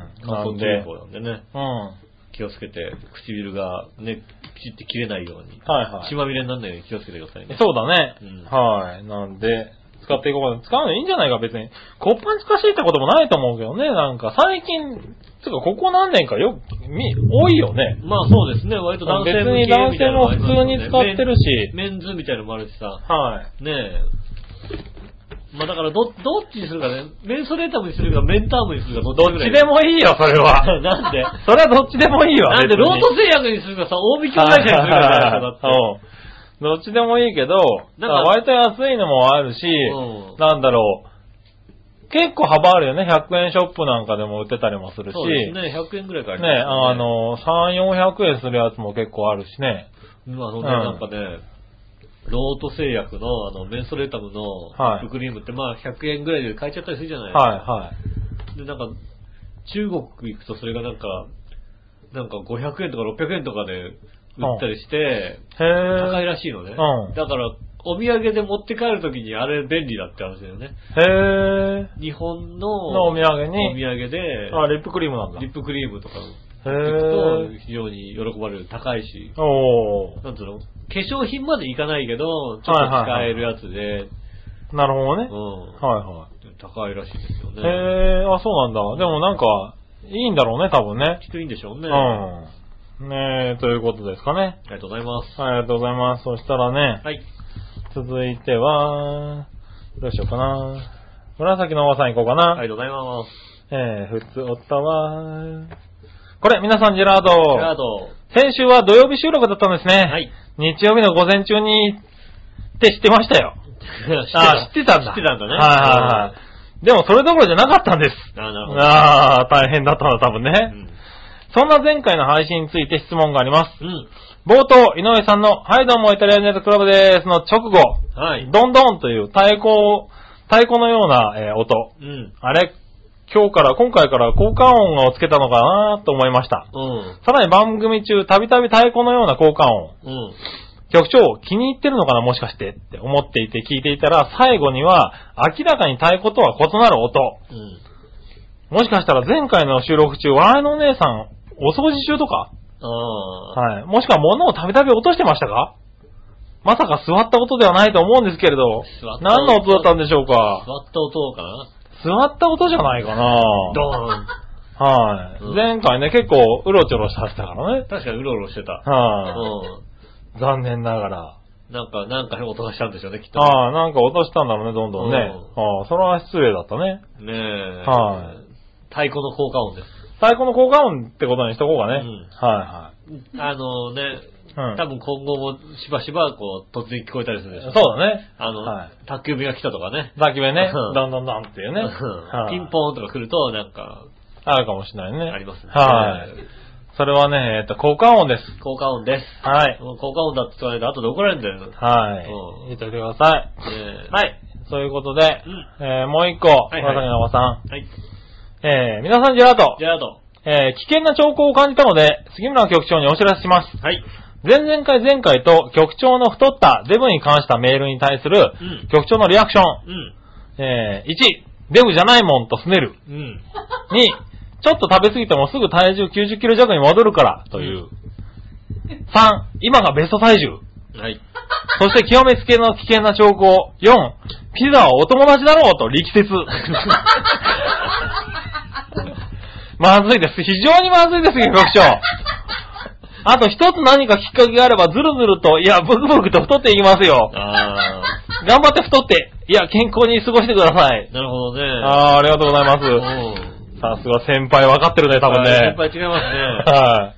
乾燥注意報なんでね。うん。気をつけて、唇がね、ピチって切れないように。はいはい。血まみれにならないように気をつけてくださいね。 そうだね。うん。はい。なんで、使っていこうかな。使うのいいんじゃないか、別に。こっぱんつかしいってこともないと思うけどね。なんか最近、つうかここ何年かよく、み、多いよね。 まあそうですね。割と男性向けみたいなのもありますよね。別に男性も普通に使ってるし。メンズみたいなのもあるしさ。はい。ねえ。まあだからど、どっちにするかね。メンソレータムにするか、メンタームにするか、 どっちぐらい。どっちでもいいよ、それは。 なんでそれはどっちでもいいわ。 なんで、ロート製薬にするかさ、大引き会社にするかじゃないですか、だって。 どっちでもいいけど、なんか割と安いのもあるし、うん、なんだろう、結構幅あるよね。ひゃくえんショップなんかでも売ってたりもするし。そうですね、ひゃくえんくらいからね。ね、 あの、さん、よんひゃくえんするやつも結構あるしね。 まあ、そんな、なんかね、うん、ロート製薬の、あの、メンソレータムのリップクリームって、まあ、ひゃくえんぐらいで買えちゃったりするじゃないですか。はいはい。で、なんか、中国行くとそれがなんか、なんかごひゃくえんとかろっぴゃくえんとかで、売ったりして、高いらしいのね。うん、だから、お土産で持って帰るときにあれ便利だって話だよね。へー。日本の、 のお土産に、 お土産で、 あ、リップクリームなんだ。 リップクリームとか売ってくと非常に喜ばれる。高いし。 おー。 なんつうの、化粧品までいかないけど、ちょっと使えるやつで。はいはいはい、 なるほどね。うん。はいはい。 高いらしいですよね。 へー、あ、そうなんだ。でもなんか、いいんだろうね、多分ね。 きっといいんでしょうね。 うん。ねえ、ということですかね。 ありがとうございます。 ありがとうございます。そしたらね、 はい。 続いては、どうしようかな。紫のおばさん行こうかな。 ありがとうございます。 えー、普通おったわ。これ、皆さんジェラード。ジェラード。 先週は土曜日収録だったんですね。 はい。 日曜日の午前中にって知ってましたよ。あ、知ってたんだ。 知ってたんだね。 はいはいはい。でもそれどころじゃなかったんです。 あ、なるほど。 ああ、大変だったんだ、多分ね。うん、そんな前回の配信について質問があります。 うん。 冒頭、井上さんの、はいどうもイタリアンネットクラブですの直後、はい。ドンドンという太鼓、太鼓のような、えー、音。うん。あれ、今日から、今回から効果音をつけたのかなと思いました。うん。さらに番組中、たびたび太鼓のような効果音。うん。局長、気に入ってるのかなもしかしてって思っていて聞いていたら、最後には、明らかに太鼓とは異なる音。うん。もしかしたら前回の収録中、笑いのお姉さん、お掃除中とかああ。はい。もしくは物をたびたび落としてましたかまさか座った音ではないと思うんですけれど、何の音だったんでしょうか座った音かな座った音じゃないかなドーン。 はい、うん。前回ね、結構うろちょろさせたからね。 確かにうろうろしてた。 はい、うん、残念ながら。 なんか、なんか音がしたんでしょうね、きっと、ね。 ああ、なんか落としたんだろうね、どんどんね。うん、ああ、それは失礼だったね。 ねえ。 はい、 太鼓の効果音です。 太鼓の効果音ってことにしとこうかね。うん、はいはい。あのね、うん、多分今後もしばしばこう突然聞こえたりするでしょ。 そうだね。 あの、はい、宅急便が来たとかね。 宅急便ね。どんどんどんっていうね。 ピンポーンとか来るとなんか。 あるかもしれないね。 ありますね。 はい。それはね、えっと、効果音です。 効果音です。 はい。 効果音だって言われて後で怒られるんだよ。 はい。言っておいてください。えー、はい。そういうことで、うん、えー、もう一個、紫のおばさん。はい。えー、皆さんジェラート。 ジェラート。 えー、危険な兆候を感じたので、杉村局長にお知らせします。 はい。 前々回前回と局長の太ったデブに関したメールに対する、うん、局長のリアクション。うん、えー、いち、デブじゃないもんとすねる。うん、に、ちょっと食べ過ぎてもすぐ体重きゅうじゅっキロ弱に戻るからという。うん、さん、今がベスト体重。はい。そして極めつけの危険な兆候。よん、ピザはお友達だろうと力説。まずいです。非常にまずいですよ、局長。あと一つ何かきっかけがあればずるずると、いや、ブクブクと太っていきますよ。あ頑張って太って、いや、健康に過ごしてください。 なるほどね。 ああ、ありがとうございます。さすが先輩分かってるね、多分ね。 先輩違いますね。 はい。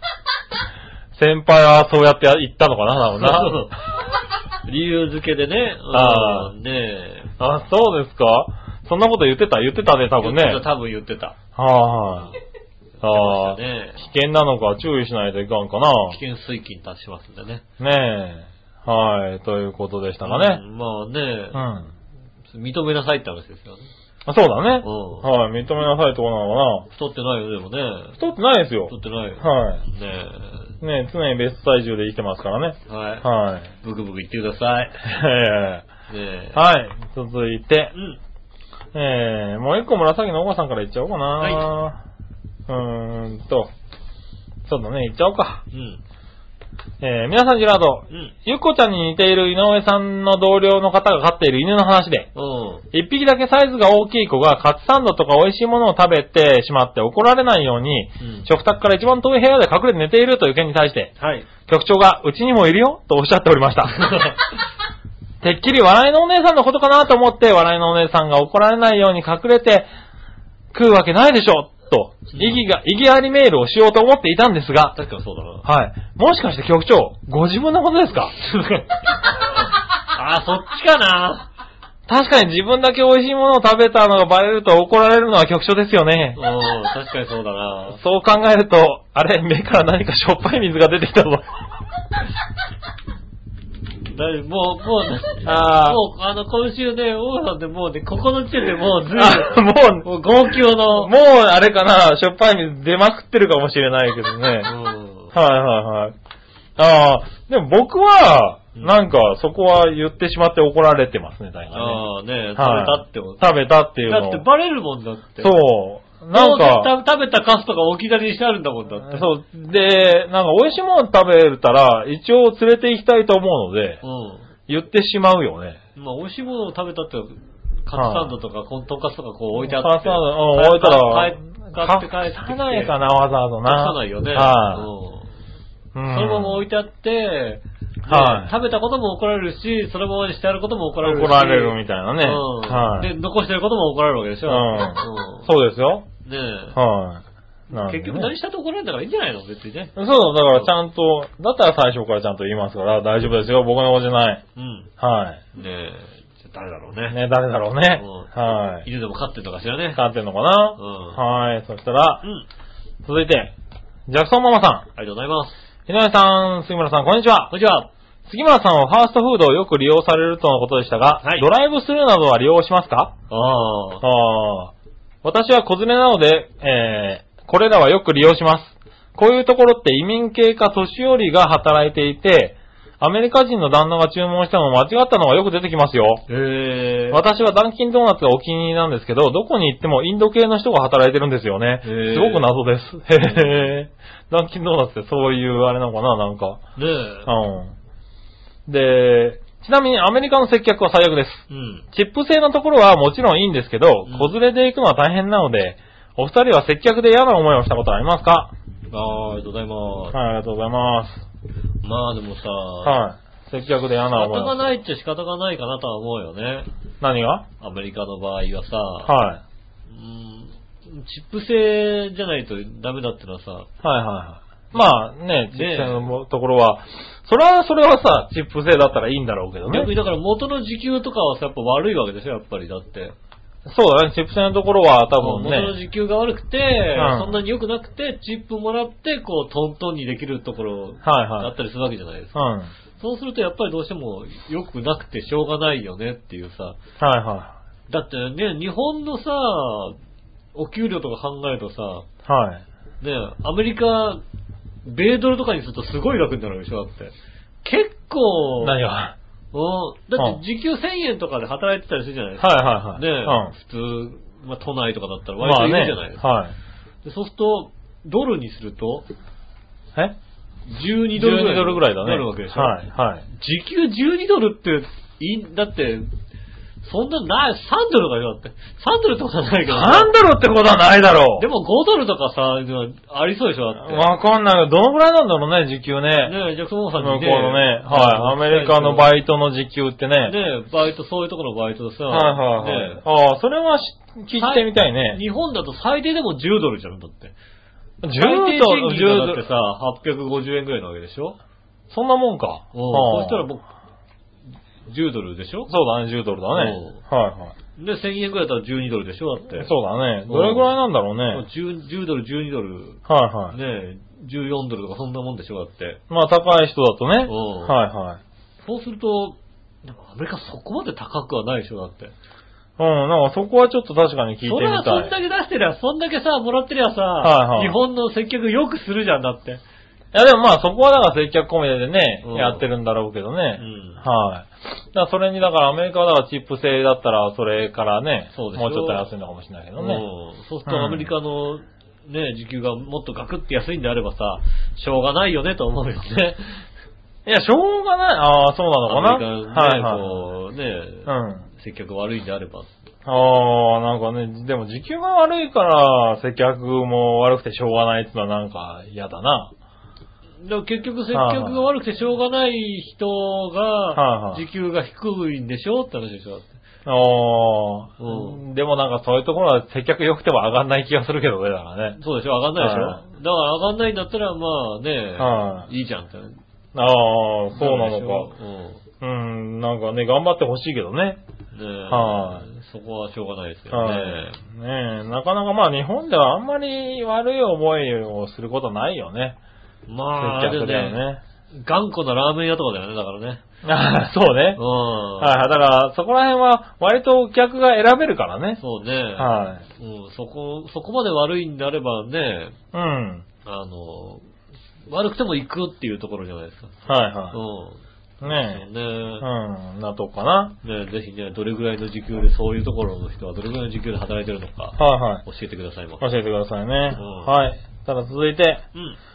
先輩はそうやって言ったのかな、多分な。 理由付けでね。 ああ、 ねえ。 あ、そうですかそんなこと言ってた言ってたね、多分ね。 言ってた、多分言ってた。 はい。ああ、 ね、 危険なのか注意しないといかんかな。 危険水域に達しますんでね。 ねえ。はい、ということでしたかね。 うん、まあね、うん、認めなさいって話ですよね。 あ、そうだね。うん、はい、認めなさいってことなのかな。 太ってないよ、でもね。 太ってないですよ。 太ってないよ。 はい。 ねえ。ねえ、常にベスト体重で生きてますからね。 はい。 はい。 ブクブク言ってください。 ええ。ねえ。はい、続いて。うん。えー、もう一個紫のおばさんから言っちゃおうかな。はい。うーんと、そうだね、言っちゃおうか。うん。えー、皆さんジェラード、うん、ゆっこちゃんに似ている井上さんの同僚の方が飼っている犬の話で、うん。一匹だけサイズが大きい子がカツサンドとか美味しいものを食べてしまって怒られないように、うん、食卓から一番遠い部屋で隠れて寝ているという件に対して、はい。局長が、うちにもいるよとおっしゃっておりました。てっきり笑いのお姉さんのことかなと思って、笑いのお姉さんが怒られないように隠れて食うわけないでしょと、意義が、意義ありメールをしようと思っていたんですが。 確かにそうだな。 はい。もしかして局長、ご自分のことですかああ、そっちかな。 確かに自分だけ美味しいものを食べたのがバレると怒られるのは局長ですよね。 うん、確かにそうだな。 そう考えると、あれ、目から何かしょっぱい水が出てきたぞ。 だいもう、もう、あもう、あの、今週ね、大さんでもうね、ここの時点でもうずいぶん、もう、もう号泣の。 もう、あれかな、しょっぱい水出まくってるかもしれないけどね。うん、はいはいはい。ああ、でも僕は、なんか、そこは言ってしまって怒られてますね、大体ね。 ああ、ね、食べたってこと、 食べたっていうの。 だってバレるもんだって。 そう。なんか、 食べたカスとか置き去りにしてあるんだもんだって。 そう。で、なんか美味しいもの食べたら、一応連れて行きたいと思うので、うん、言ってしまうよね。 まあ美味しいものを食べたってカツサンドとか、トンカツとかこう置いてあって。 カツサンド、うん、置いたら、 買って帰ってきて。 かないかな、わざわざな。 かないよね。 はい。 うん。そのまま置いてあって、 はい。 食べたことも怒られるし、そのままにしてあることも怒られるし。 怒られるみたいなね。 うん。 はい。 で、残してることも怒られるわけでしょ。うん。うん、 そうですよ。 ねえ。 はい。 結局何したって怒られるんだからいいんじゃないの別にね。 そうだ、だからちゃんと、だったら最初からちゃんと言いますから、大丈夫ですよ、僕の子じゃない。 うん。 はい。 ねえ、じゃ誰だろうね。 ね誰だろうね。うん、はい。 犬でも飼ってんのかしらね。 飼ってんのかな。うん。はい。そしたら、うん。続いて、ジャクソンママさん。ありがとうございます。 井上さん、杉村さん、こんにちは。 こんにちは。 杉村さんはファーストフードをよく利用されるとのことでしたが、はい、ドライブスルーなどは利用しますか？ああ。ああ。私は子連れなので、えー、これらはよく利用します。こういうところって移民系か年寄りが働いていて、アメリカ人の旦那が注文したのも間違ったのがよく出てきますよ。へー。私はダンキンドーナツがお気に入りなんですけど、どこに行ってもインド系の人が働いてるんですよね。すごく謎です。へー。ダンキンドーナツってそういうあれなのかな、なんか。ねえ。うん。で、ちなみにアメリカの接客は最悪です。うん。チップ制のところはもちろんいいんですけど、うん、子連れで行くのは大変なので、お二人は接客で嫌な思いをしたことはありますか？ ああ、ありがとうございます。 はい、ありがとうございます。 まあでもさ、 はい。接客で嫌な思い。 仕方がないっちゃ仕方がないかなとは思うよね。 何が？ アメリカの場合はさ、 はい。 うーん、チップ制じゃないとダメだってのはさ、はいはいはい。まあね、チップ制のところは、それはそれはさ、チップ制だったらいいんだろうけどね。 逆にだから元の時給とかはさ、やっぱ悪いわけですよ、やっぱりだって。 そうだね、チップ制のところは多分ね。 元の時給が悪くて、うん、そんなに良くなくて、チップもらって、こう、トントンにできるところがあったりするわけじゃないですか。はいはい、うん、そうするとやっぱりどうしても良くなくてしょうがないよねっていうさ。はいはい。だってね、日本のさ、お給料とか考えるとさ、はい。ね、アメリカ、米ドルとかにするとすごい楽になるでしょ、だって。結構、 何がうん。だって時給せんえんとかで働いてたりするじゃないですか。 はいはいはい。 ね、うん、普通、まあ都内とかだったら割といるじゃないですか。まあね、はい。でそうすると、ドルにすると、 え ? じゅうにドルぐらい。 じゅうにドルぐらいだね。 なるわけでしょ。 はいはい。 時給じゅうにドルって、いい、だって、そんなない、さんドルがよ、だって。さんドルってことはないけど。 さんドルってことはないだろう。 でもごドルとかさ、ありそうでしょ、だって。 わかんないけど、どのぐらいなんだろうね、時給ね。 ねえ、じゃあ、そのさんにね。 向こうのね、はい、アメリカのバイトの時給ってね。 ねえ、バイト、そういうところのバイトでさ。 はいはいはい。ね、ああ、それは聞いてみたいね。 日本だと最低でもじゅうドルじゃん、だって。 じゅうドル、 じゅうドルってさ、はっぴゃくごじゅうえんぐらいなわけでしょ。 そんなもんか。 うん。そしたら僕、じゅうドルでしょ。 そうだね、じゅうドルだね。はいはい。 で、せんえんぐらいだったらじゅうにドルでしょだって。 そうだね。どれぐらいなんだろうね。 じゅう、じゅうドル、じゅうにドル。 はいはい。 ねじゅうよんドルとかそんなもんでしょだって。 まあ高い人だとね。うん。はいはい。 そうすると、でもアメリカそこまで高くはないでしょだって。 うん、なんかそこはちょっと確かに聞いてみたい。それはそんだけ出してりゃ、そんだけさ、もらってりゃさ、はいはい、日本の接客よくするじゃんだって。 いやでもまあそこはだから接客込みでね、うん、やってるんだろうけどね。うん、はい。だからそれにだからアメリカはだからチップ制だったらそれからね、そうでしょもうちょっと安いのかもしれないけどね。うん、 そうするとアメリカのね、時給がもっとガクって安いんであればさ、しょうがないよねと思うよね。 いや、しょうがない。ああ、そうなのかな。 アメリカね、はいはい、こうね、うん、接客悪いんであれば。 ああ、なんかね、でも時給が悪いから接客も悪くてしょうがないってのはなんか嫌だな。 でも結局接客が悪くてしょうがない人が時給が低いんでしょって話でしょ。 ああ、うん、でもなんかそういうところは接客良くても上がんない気がするけどね、だからね。 そうでしょ、上がんないでしょ。だから上がんないんだったらまあね、はい、いいじゃんって。 ああ、そうなのか。うん、うん、なんかね、頑張ってほしいけどね。 ねはい、そこはしょうがないですよね。 ねえ、なかなかまあ日本ではあんまり悪い思いをすることないよね。 まあ、接客だよね。頑固なラーメン屋とかだよね、だからね。 ああ、そうね。うん。はい、だからそこら辺は割と客が選べるからね。 そうね。はい。うん、そこ、そこまで悪いんであればね、うん。あの、悪くても行くっていうところじゃないですか。はいはい。うん。ねえ。ねうん。なとこかな。 ねえ、ぜひね、どれぐらいの時給で、そういうところの人はどれぐらいの時給で働いてるのか。はいはい。教えてくださいませ。 教えてくださいね。うん、はい。ただ続いて、うん。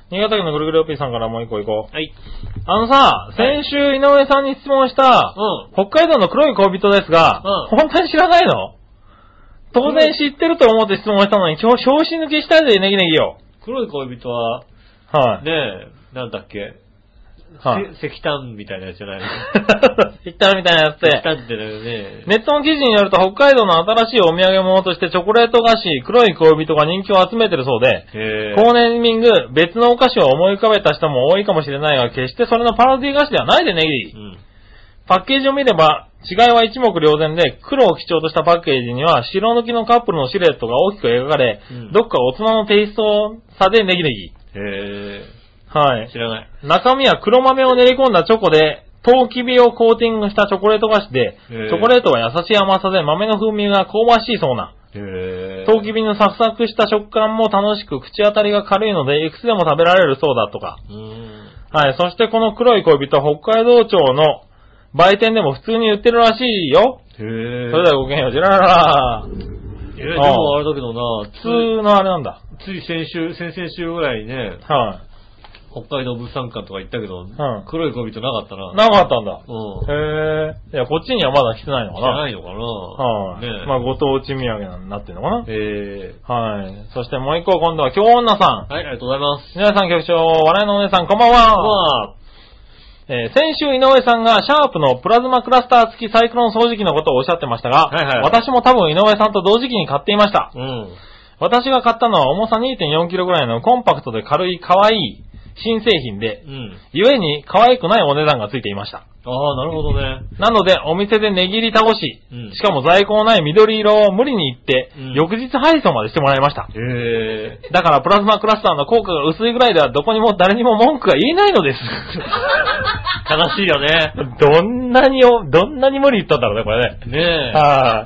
新潟県のぐるぐるおっぴーさんからもう一個行こう。 はい。 あのさ、先週井上さんに質問した、うん、北海道の黒い恋人ですが、うん、本当に知らないの？当然知ってると思って質問したのに、表紙抜きしたいでネギネギよ。 黒い恋人は、はい。ねえ、なんだっけ、はい、石炭みたいなやつじゃないの石炭みたいなやつで。 石炭ってね。 ネットの記事によると北海道の新しいお土産物としてチョコレート菓子、黒い恋人が人気を集めてるそうで、コーネーミング、別のお菓子を思い浮かべた人も多いかもしれないが、決してそれのパロディ菓子ではないでネギ、うん。パッケージを見れば、違いは一目瞭然で、黒を基調としたパッケージには白抜きのカップルのシルエットが大きく描かれ、うん、どっか大人のテイスト差でネギネギ。 へー。 はい。 知らない。 中身は黒豆を練り込んだチョコで、トウキビをコーティングしたチョコレート菓子で、チョコレートは優しい甘さで豆の風味が香ばしいそうな。トウキビのサクサクした食感も楽しく口当たりが軽いので、いくつでも食べられるそうだとか。はい。そしてこの黒い恋人、北海道庁の売店でも普通に売ってるらしいよ。へー。それではごきげんよう、ジラララー。 えー、でもあれだけどな、 普通のあれなんだ。 つい先週、先々週ぐらいね。はい。北海道物産館とか行ったけど、うん、黒い恋人なかったな。 なかったんだ。うん。へえ。いや、こっちにはまだ来てないのかな。 来てないのかな。 はい、あ。ね、まあ、ご当地土産になってるのかな。へえ。はい。そしてもう一個、今度は京女さん。 はい、ありがとうございます。 皆さん局長、笑いのお姉さん、こんばんは。こんばんは。えー、先週井上さんがシャープのプラズマクラスター付きサイクロン掃除機のことをおっしゃってましたが、はいはいはい、私も多分井上さんと同時期に買っていました。うん。私が買ったのは重さ にてんよんキロぐらいのコンパクトで軽い可愛い新製品で、うん、故に可愛くないお値段がついていました。 ああ、なるほどね。 なので、お店で値切り倒し、うん、しかも在庫のない緑色を無理に言って、うん、翌日配送までしてもらいました。へー。だからプラズマクラスターの効果が薄いぐらいではどこにも誰にも文句が言えないのです。 悲しいよね。 どんなに、どんなに無理言ったんだろうね、これね。 ねえ。 はい。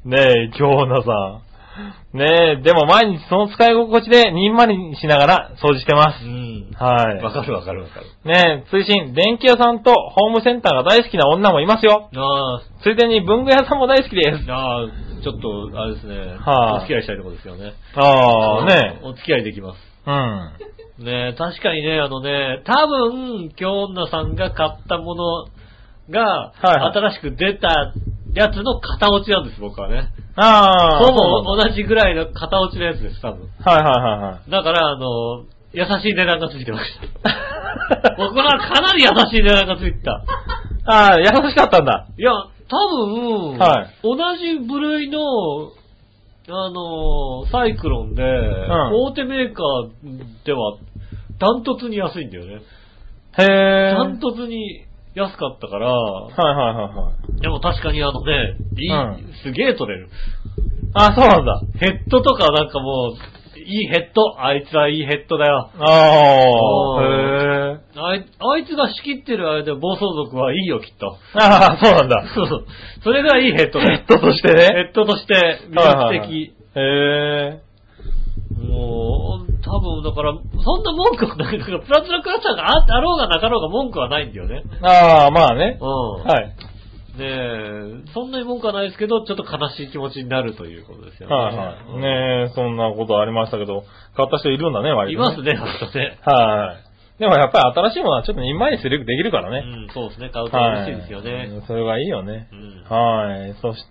ねえ、京奈さん。ねえ、でも毎日その使い心地でにんまりにしながら掃除してます。うん。はい。 わかるわかるわかる。 ねえ、追伸、電気屋さんとホームセンターが大好きな女もいますよ。ああ。ついでに文具屋さんも大好きです。 ああ、ちょっと、あれですね。はい、お付き合いしたいところですよね。 ああ、ねえ。お付き合いできます。うん。ねえ、確かにね、あのね、多分、京女さんが買ったものが、はいはい、新しく出たやつの型落ちなんです、僕はね。ああ。ほぼ同じぐらいの型落ちのやつです、多分。 はいはいはいはい。 だから、あの、優しい値段がついてました。僕はかなり優しい値段がついてた。 ああ、優しかったんだ。 いや、多分、はい、同じ部類の、あの、サイクロンで、うん、大手メーカーでは、ダントツに安いんだよね。 へー。 ダントツに安かったから、 はいはいはいはい。 でも確かにあのね、いい、うん、すげえ取れる。 あ、そうなんだ。 ヘッドとかなんかもう、いいヘッド。あいつはいいヘッドだよ。 ああ、へー。あい、あいつが仕切ってるあれで暴走族はいいよ、きっと。 ああ、そうなんだ。 そうそう。それがいいヘッドだよ。 ヘッドとしてね。 ヘッドとして魅力的。はいはいはい、 へー。もう、多分だから、そんな文句はない。だから、プラズマクラスターが あ, あろうがなかろうが文句はないんだよね。 ああ、まあね。 うん。はい。ねえ、そんなに文句はないですけど、ちょっと悲しい気持ちになるということですよね。 はいはい。うん、ねえ、そんなことありましたけど、買った人いるんだね、割と、ね。いますね、ほんとね。 はい。でもやっぱり新しいものはちょっとにまいにするできるからね。 うん、そうですね。買うと嬉しいですよね。はい、 それがいいよね。うん、はい。そして、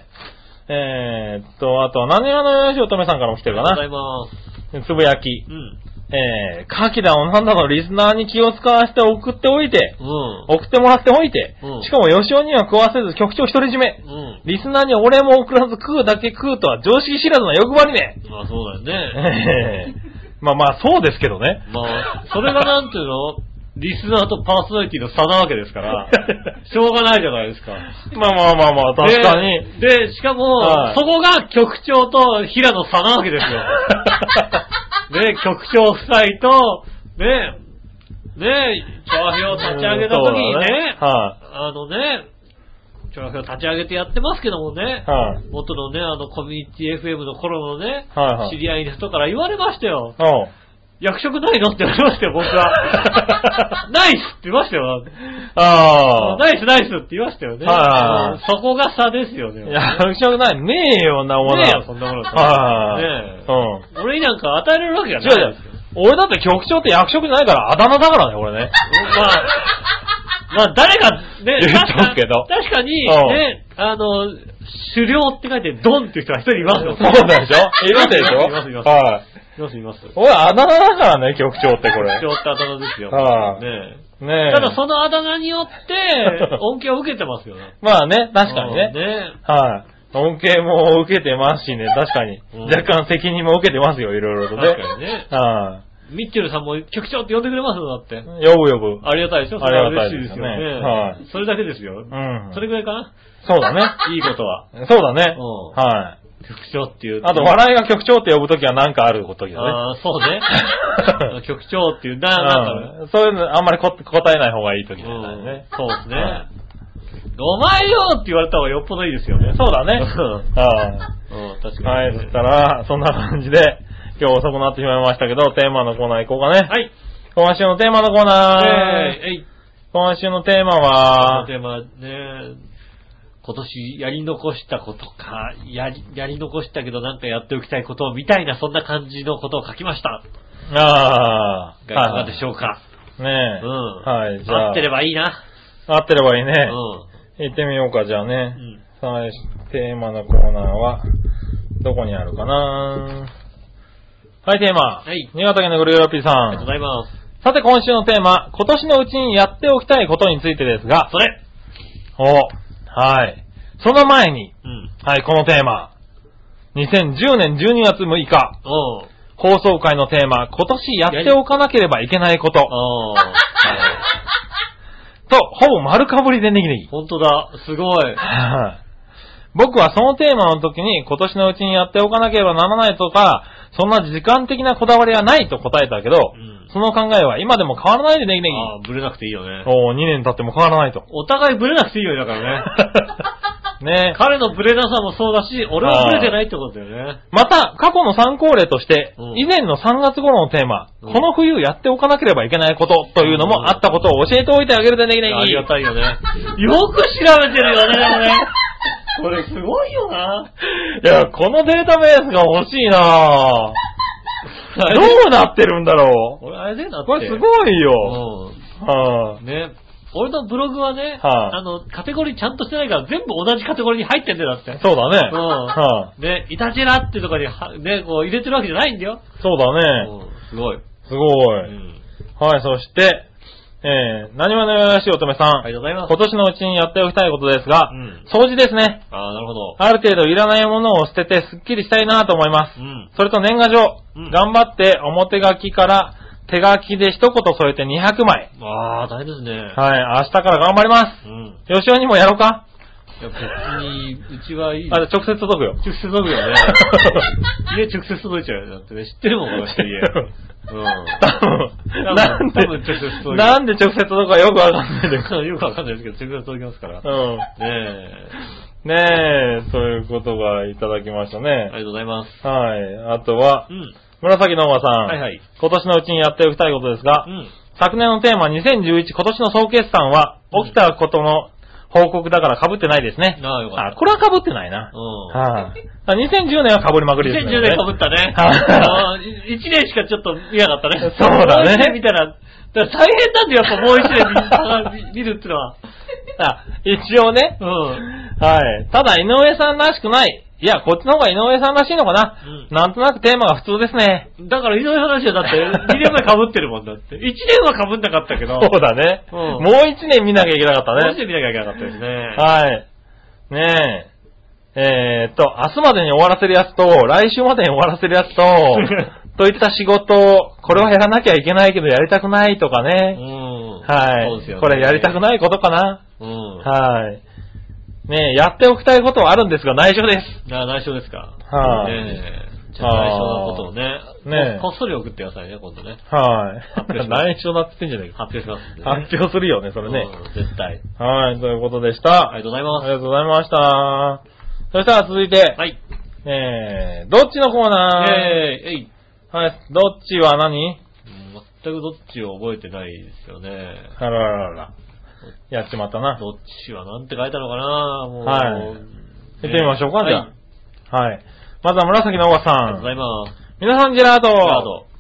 えー、っと、あとは何話のよしおとめさんからも来てるかな。 ありがとうございます。 つぶやき。うん。えー、カキだおなんだのリスナーに気を使わせて送っておいて、うん、送ってもらっておいて、うん、しかも吉尾には食わせず局長独り占め、うん、リスナーにお礼も送らず食うだけ食うとは常識知らずな欲張りね。 まあそうだよね。 えー、まあまあそうですけどね。 まあ、それがなんていうのリスナーとパーソナリティの差なわけですから、しょうがないじゃないですか。 まあまあまあまあ、確かに。 で、でしかも、はい、そこが局長と平野差なわけですよ。ね、局長夫妻と、ね、ね、調和表を立ち上げた時にね、ねはい、あのね、調和表立ち上げてやってますけどもね、はい、元のね、あのコミュニティ エフエム の頃のね、はいはい、知り合いの人から言われましたよ。役職ないのって言われましたよ、僕は。ナイスって言いましたよ。ああ。ナイスナイスって言いましたよね。はい。そこが差ですよね。 役職ない。ねえよ、なもの。 ねえよ、そんなもの。はい。ねえ。うん。俺になんか与えられるわけじゃないですよ。 俺だって局長って役職じゃないからあだ名だからね、俺ね。 まあ、まあ誰が、ね、 言っとくけど。 確かに、ね、あの、狩猟って書いてドンっていう人が一人いますよ。 そうでしょいるでしょいますいます。 はい。 いますいます。 俺あだ名だからね、局長ってこれ。 局長ってあだ名ですよ。 はい。 ねねえ。 ただそのあだ名によって恩恵を受けてますよね。 まあね、確かにね。 ねはい。恩恵も受けてますしね、確かに。うん、若干責任も受けてますよ、いろいろとね。 確かにね。 はい。 ミッチェルさんも局長って呼んでくれますよ、だって。 呼ぶ呼ぶ。 ありがたいでしょ。 ありがたいですよね。 はい。それだけですよ。 うん。 それぐらいかな。 そうだね。 いいことは。 そうだね。 うん。 はい。 局長っていう。 あと、笑いが局長って呼ぶときはなんかあることだね。ああ、そうね。局長っていう、な、なんか、 うん、そういうのあんまりこ答えない方がいいときだよね、 うん。そうですね。お前よって言われた方がよっぽどいいですよね。 そうだね。 はい。うん、確かに、ね。 はい、そしたら、そんな感じで、今日遅くなってしまいましたけど、テーマのコーナー行こうかね。 はい。 今週のテーマのコーナー。 えー、えい。 今週のテーマは、 今週のテーマね、今年やり残したことか、やり、やり残したけどなんかやっておきたいことみたいな、そんな感じのことを書きました。 ああ。 いかがでしょうか。 ねえ。 うん。 はい、じゃあ。 合ってればいいな。 合ってればいいね。 うん。 行ってみようか、じゃあね。 うん。 最初、テーマのコーナーは、どこにあるかな。はい、テーマ。 はい。 新潟県のグルーラピーさん。 ありがとうございます。 さて、今週のテーマ、今年のうちにやっておきたいことについてですが。 それ。 お、はい。その前に、 うん。 はい、このテーマ。にせんじゅうねんじゅうにがつむいか。 おう。 放送回のテーマ、今年やっておかなければいけないこと。 おー。 と、ほぼ丸かぶりでネギネギ。 ほんとだ、すごい。 僕はそのテーマの時に今年のうちにやっておかなければならないとか、そんな時間的なこだわりはないと答えたけど、うん、その考えは今でも変わらないでネギネギ。 ああ、ブレなくていいよね。 おー、にねん経っても変わらないと。 お互いブレなくていいよね、だからね。 ね、 彼のブレなさもそうだし、俺はブレてないってことだよね。 また、過去の参考例として、うん、以前のさんがつ頃のテーマ、うん、この冬やっておかなければいけないことというのもあったことを教えておいてあげるでネギネギ。 ありがたいよね。よく調べてるよね、でもね。これすごいよな。 いや、このデータベースが欲しいなぁ。どうなってるんだろう。 俺あれでなって。 これすごいよ。 うん。はあ、ね。俺のブログはね、はあ、あの、カテゴリーちゃんとしてないから全部同じカテゴリーに入ってんだよ、だって。 そうだね。 うん。はあ、ね、イタジェラってとかには、ね、こう入れてるわけじゃないんだよ。 そうだね。 うん、すごい。 すごい。うん、はい、そして、えー、何話のよろしい乙女さん。 ありがとうございます。 今年のうちにやっておきたいことですが、うん、掃除ですね。 ああ、なるほど。 ある程度いらないものを捨ててスッキリしたいなと思います。うん、それと年賀状、うん、頑張って表書きから手書きで一言添えてにひゃくまい。 ああ、大変ですね。 はい、明日から頑張ります。うん。吉尾にもやろうか。 いや、別に、うちはいい。 あ、直接届くよ。 直接届くよね。家直接届いちゃうよ。だってね、知ってるもん、この人家。うん。多分、なんで、直接届く。 なんで直接届くかよくわかんないです。 よくわかんないですけど、直接届きますから。 うん。 ねえ。 ねえ、そういうことがいただきましたね。ありがとうございます。 はい。あとは、うん。紫のおばさん。 はいはい。 今年のうちにやっておきたいことですが、うん。昨年のテーマにせんじゅういち今年の総決算は、起きたことの報告だから被ってないですね。 ああ、よかった。 あ、これは被ってないな。うん。はあ、にせんじゅうねんは被りまくりですね。 にせんじゅうねん被ったね。はい。いちねんしかちょっと見なかったね。 そうだね。もういちねん見たら、だから大変なんだよ、やっぱもういちねん見るってのは。 あ、一応ね。 うん。 はい。ただ、井上さんらしくない。いや、こっちの方が井上さんらしいのかな。うん、なんとなくテーマが普通ですね。 だから井上さんらしいよ。だって、にねんまえ被ってるもんだって。いちねんは被んなかったけど。 そうだね。うん、もういちねん見なきゃいけなかったね。 もういちねん見なきゃいけなかったですね。 はい。ねえ。えーっと、明日までに終わらせるやつと、来週までに終わらせるやつと、といった仕事、これはやらなきゃいけないけどやりたくないとかね。うん。はい。そうですよね。これやりたくないことかな。うん。はい。ねえ、やっておきたいことはあるんですが、内緒です。 ああ、内緒ですか。 はい、 ねえ。じゃあ内緒のことをね。 ねえ。 こっそり送ってくださいね、今度ね。 はい。内緒なってんじゃないか。 発表します、 ね。発表するよね、それね。 うん、絶対。 はい、ということでした。 ありがとうございます。 ありがとうございました。そしたら続いて。 はい。 えー、どっちのコーナーえー、えい。 はい、どっちは何？ 全くどっちを覚えてないですよね。 あらららら。やっちまったな。 どっちはなんて書いたのかなもう。 はい。行ってみましょうか、じゃあ。はい。まずは紫のおばさん。 ありがとうございます。 皆さん、ジェラート。ジェラート。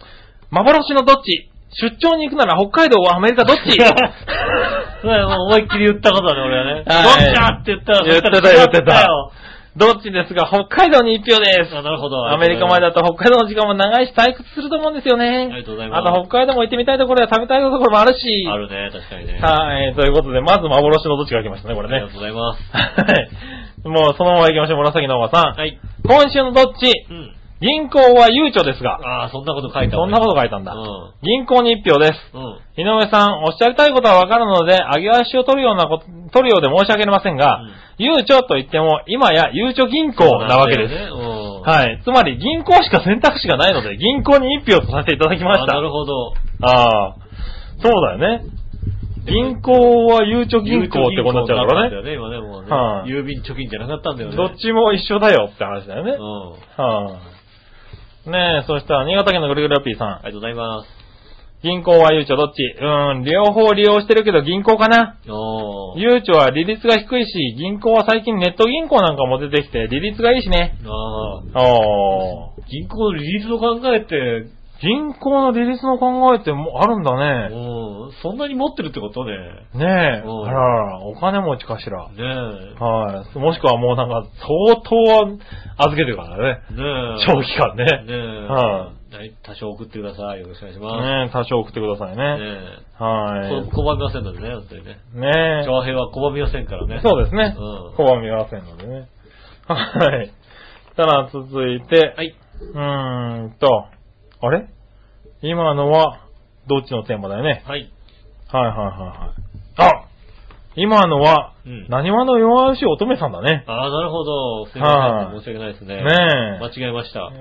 幻のどっち出張に行くなら北海道はアメリカどっちそうや、もう思いっきり言ったことだね、俺はね。どっちだって言ったら、 言ってた言ってたよ。どっちですが、北海道に一票です。 あ、なるほど。 アメリカ前だと北海道の時間も長いし退屈すると思うんですよね。 ありがとうございます。 あと北海道も行ってみたいところや食べたいところもあるし。 あるね、確かにね。 はい、ということで、まず幻のどっちが来ましたね、これね。 ありがとうございます。 はい。もうそのまま行きましょう、紫のおばさん。 はい。 今週のどっちうん。銀行は悠長ですが。 ああ、そんなこと書いた。 そんなこと書いたんだ。 うん。 銀行に一票です。うん。井上さん、おっしゃりたいことはわかるので、上げ足を取るようなこと、取るようで申し訳ありませんが、うん、悠長と言っても、今や悠長銀行なわけです。ね、うん、はい。つまり、銀行しか選択肢がないので、銀行に一票とさせていただきました。 あ、なるほど。 ああ、そうだよね。銀行はゆうちょ銀行ってことになっちゃうからね。 ね今ね、もうね、はあ。郵便貯金じゃなかったんだよね。 どっちも一緒だよって話だよね。うん。はあ。ねえ、そしたら、新潟県のぐるぐるラッピーさん。ありがとうございます。 銀行はゆうちょどっちうーん、両方利用してるけど銀行かな。おー。ゆうちょは利率が低いし、銀行は最近ネット銀行なんかも出てきて、利率がいいしね。ああ。おー。銀行の利率を考えて、 銀行の利率の考えってもあるんだね。 うん。そんなに持ってるってことね。 ねえ。あらら、お金持ちかしら。 ねえ。 はい。もしくはもうなんか、相当預けてるからね。 ねえ。 長期間ね。ねえ。はい。多少送ってください。よろしくお願いします。 ねえ、多少送ってくださいね。ねえ。はい。 拒みませんのでね、本当にね。 ねえ。 長編は拒みませんからね。 そうですね。うん。拒みませんのでね。はい。ただ続いて、はい。うーんと、あれ今のは、どっちのテーマだよね。はい。はいはいはいはい。あ今のは、うん、何話の弱しい乙女さんだね。 ああ、なるほど。すいません。申し訳ないですね。ねえ。間違えました。うん。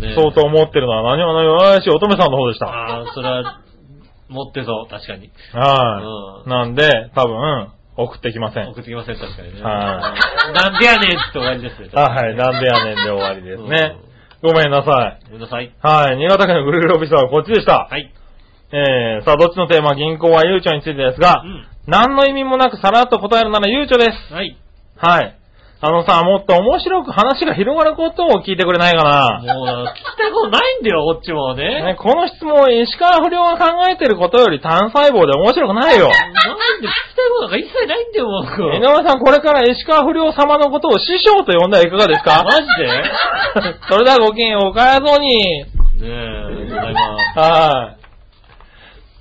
ね、相当思ってるのは何話の弱しい乙女さんの方でした。 ああ、それは、持ってそう、確かに。 はい、うん。なんで、多分、送ってきません。 送ってきません、確かにね。はい。なんでやねんって終わりですね。 はい、なんでやねんで終わりですね。うん、ごめんなさい。 ごめんなさい。 はい。新潟県のぐるぐるオフィスはこっちでした。はい。えー、さあ、どっちのテーマ、銀行はゆうちょについてですが、うん、何の意味もなくさらっと答えるならゆうちょです。はい。はい。あのさ、もっと面白く話が広がることを聞いてくれないかな。 もう、聞きたいことないんだよ、こっちもね。 ね、この質問、石川不良が考えてることより単細胞で面白くないよ。 なんで聞きたいことなんか一切ないんだよ、僕。 井上さん、これから石川不良様のことを師匠と呼んだらいかがですか？ マジでそれではごきげんよう、おかやそうに。ねえ、ありがとうございます。 はい。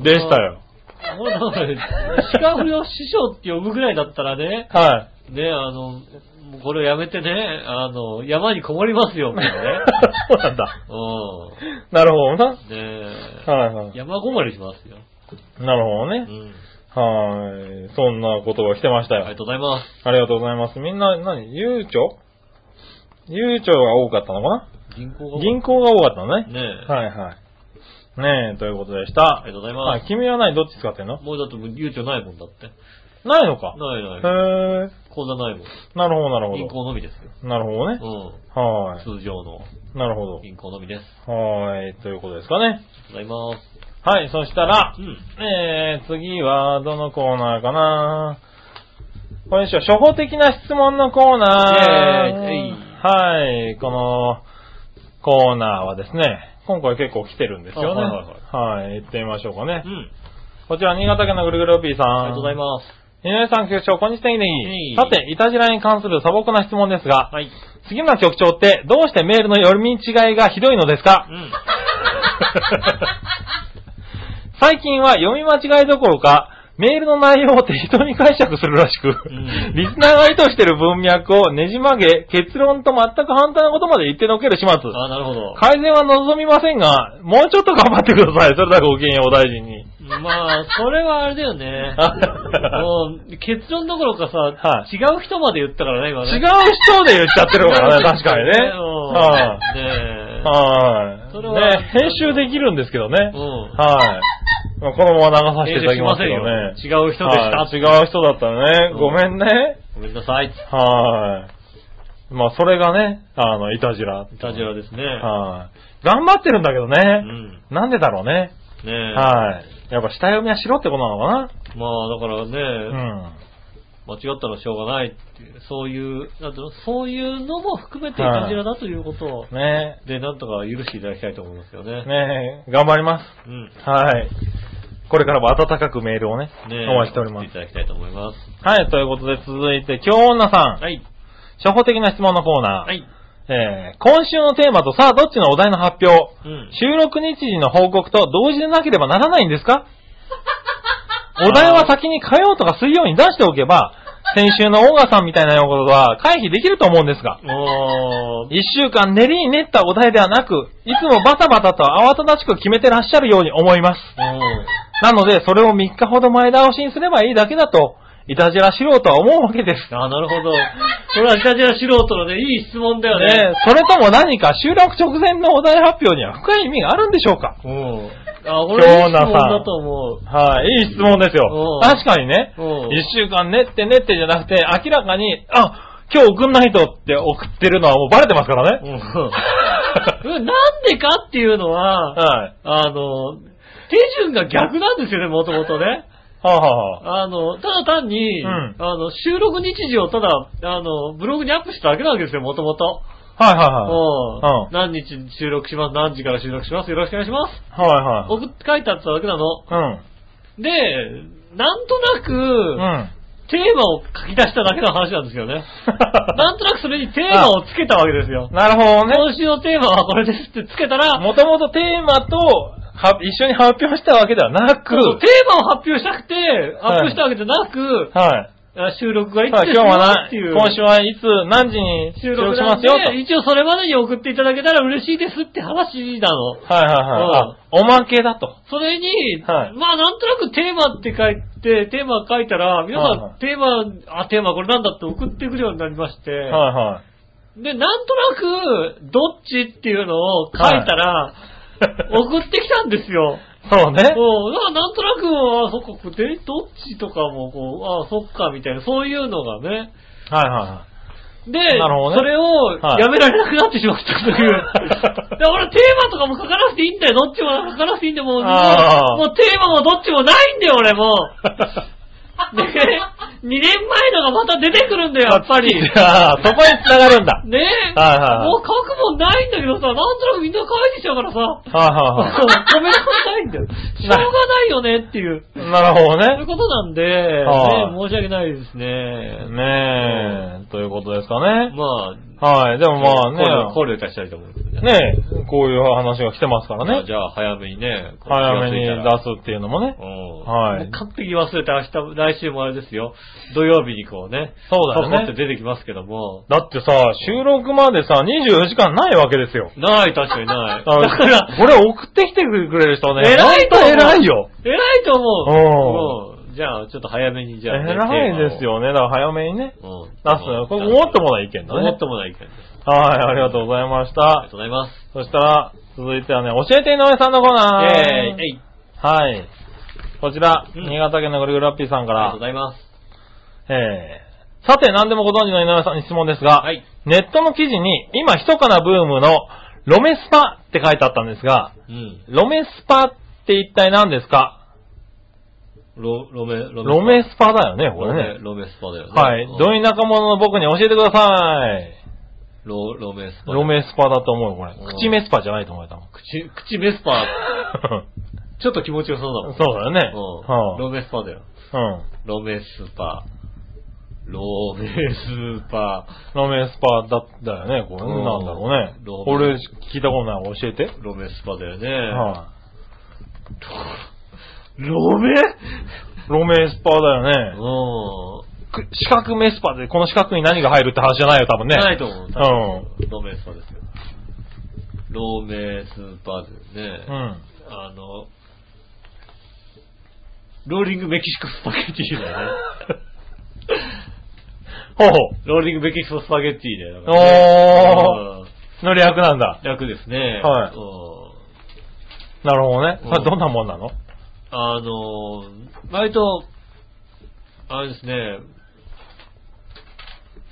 でしたよ。 もうなんか、石川不良師匠って呼ぶぐらいだったらね。はい。ね、あの、これをやめてね、あの、山にこもりますよ、みたいなね。 そうなんだ。うん。なるほどな。ねえ。はいはい。山こもりしますよ。 なるほどね。うん。はい。そんなことが来てましたよ。 ありがとうございます。 ありがとうございます。みんな、何ゆうちょゆうちょが多かったのかな銀行が銀行が多かったのね。 ねえ。 はいはい。ねえ、ということでした。 ありがとうございます。 はい。君は何どっち使ってんの？ もうだってゆうちょないもんだって。 ないのか？ ないない。 へぇー。 口座ないもん。 なるほどなるほど。 銀行のみですよ。 なるほどね。 うん。 はい。 通常の。 なるほど。 銀行のみです。 はい。ということですかね。 ありがとうございます。 はい。そしたら、うん、えー、次はどのコーナーかなこれにしよう。初歩的な質問のコーナー。えー、はい。このコーナーはですね、今回結構来てるんですよね。はい、はいはい、行ってみましょうかね。うん。こちら、新潟県のぐるぐるおぴーさん。 ありがとうございます。 井上さん局長、こんにちは。さて、いたじらに関する素朴な質問ですが、はい、次の局長ってどうしてメールの読み違いがひどいのですか？うん、最近は読み間違いどころか、メールの内容を適当に解釈するらしく、うん、リスナーが意図している文脈をねじ曲げ、結論と全く反対のことまで言ってのける始末。 あ、なるほど。 改善は望みませんが、もうちょっと頑張ってください。それだけごきげんようお大事に。 まあ、それはあれだよね。もう結論どころかさ、はい、違う人まで言ったからね、今ね。 違う人で言っちゃってるからね、確かにね。はい。 ねはい。それはね、編集できるんですけどね。うん。はい。このまま流させていただきますけどね。 違う人でした。 違う人だったね。ごめんね。 ごめんなさい。 はい。まあ、それがね、あの、いたじら。 いたじらですね。 はい。頑張ってるんだけどね。うん。なんでだろうね。 ねえ。 はい。やっぱ下読みはしろってことなのかな？ まあ、だからね。うん。 間違ったらしょうがないっていう、そういう、なんていうの、そういうのも含めていたじらだということを、ねで、なんとか許していただきたいと思いますよね。 ね頑張ります。うん。はい。これからも温かくメールをね、ねお待ちしております。 いただきたいと思います。 はい、ということで続いて、京女さん。はい。初歩的な質問のコーナー。はい。えー、今週のテーマとさあどっちのお題の発表、うん、収録日時の報告と同時でなければならないんですか？お題は先に火曜とか水曜に出しておけば、先週のオーガさんみたいなようなことは回避できると思うんですが、一週間練りに練ったお題ではなく、いつもバタバタと慌ただしく決めてらっしゃるように思います。なので、それをみっかほど前倒しにすればいいだけだと、いたじら素人は思うわけです。 あ、なるほど。それはいたじら素人のね、いい質問だよね。ねそれとも何か収録直前のお題発表には深い意味があるんでしょうか？ うん。あ、俺いい質問だと思う。 はい、いい質問ですよ。確かにね、一週間練って練ってじゃなくて、明らかに、あ、今日送んないとって送ってるのはもうバレてますからね。 うん、なんでかっていうのは、はい、あの、手順が逆なんですよね、もともとね。はあはあ、あの、ただ単に、うん、あの、収録日時をただ、あの、ブログにアップしただけなわけですよ、もともと。はいはいはい。うん。何日収録します、何時から収録します、よろしくお願いします。はいはい。送って書いてあっただけなの。うん。で、なんとなく、うん。テーマを書き出しただけの話なんですよね。なんとなくそれにテーマをつけたわけですよ。 なるほどね。 今週のテーマはこれですってつけたら、 もともとテーマと、は、一緒に発表したわけではなく、テーマを発表したくて、アップしたわけじゃなく、はい。収録がいつですよっていう。 今週はいつ何時に収録しますよと。 一応それまでに送っていただけたら嬉しいですって話なの。はいはいはい。おまけだと。 それに、はい、まあなんとなくテーマって書いて、テーマ書いたら、皆さん、はいはい、テーマ、あ、テーマこれなんだって送ってくるようになりまして、はいはい。で、なんとなく、どっちっていうのを書いたら、はい送ってきたんですよ。 そうね。 うん。なんとなく、あ、そっか、で、どっちとかも、こう、あ、そっか、みたいな、そういうのがね。 はいはい。 で、なるほどね、それをやめられなくなってしまったという。だからテーマとかも書かなくていいんだよ。どっちも書かなくていいんだよ。もう、もうテーマもどっちもないんだよ、俺も。ねにねんまえのがまた出てくるんだよ、やっぱり。 ああ、そこに繋がるんだ。 ねえ。はいはい。もう書くもんないんだけどさ、なんとなくみんな書いてきちゃうからさ。はいはいはい。止められないんだよ。しょうがないよねっていう。 なるほどね。 そういうことなんで、ね、申し訳ないですね。 ねえ、ということですかね。 まあ、 はい。でもまあね。 考慮いたしたいと思うんですけどね。ねえ、こういう話が来てますからね。 じゃあ早めにね。 早めに出すっていうのもね。 はい。完璧忘れて明日、来週もあれですよ。土曜日にこうね。 そうだよね。 って出てきますけども。 だってさ、収録までさ、にじゅうよじかんないわけですよ。 ない、確かにない。 だから、これ送ってきてくれる人ね。 偉いと思う。 偉いよ。 偉いと思う。うん。じゃあ、ちょっと早めに、じゃあ、ね。 偉いですよね。だから早めにね。うん。出す。これ、思ってもない意見だね。 思ってもない意見です。 はい、ありがとうございました。 ありがとうございます。 そしたら、続いてはね、教えて井上さんのコーナー。えー、えい。はい。こちら、うん、新潟県のぐるぐるラッピーさんから。 ありがとうございます。 えー、さて、何でもご存知の井上さんに質問ですが、はい、ネットの記事に、今、密かなブームの、ロメスパって書いてあったんですが、うん、ロメスパって一体何ですか？ ロ、ロメ、ロメスパ。 ロメスパだよね、これね。 ロメスパだよね。 はい。どい仲間の僕に教えてください。 ロ、ロメスパ。 ロメスパだと思うよ、これ。口メスパじゃないと思うよ、多分。 口、口メスパ。ちょっと気持ちよそうだもん。 そうだよね。 うん。ロメスパだよ。うん。ロメスパ。ロメスパ。 ロメスパだ、だよね、これ。なんだろうね。俺、聞いたことない。教えて。 ロメスパだよね。はい。ロメロメスパだよね。うん。四角メスパで、この四角に何が入るって話じゃないよ、多分ね。 ないと思う。うん。ロメスパですよ。ロメスパですね。うん。あの、ローリングメキシコスパゲッティだよね。 ほうほう。 ローリングメキシコスパゲッティだよ、 ね。おー。の略なんだ。 略ですね。 はい。なるほどね。どんなもんなの？ あの、割と、あれですね。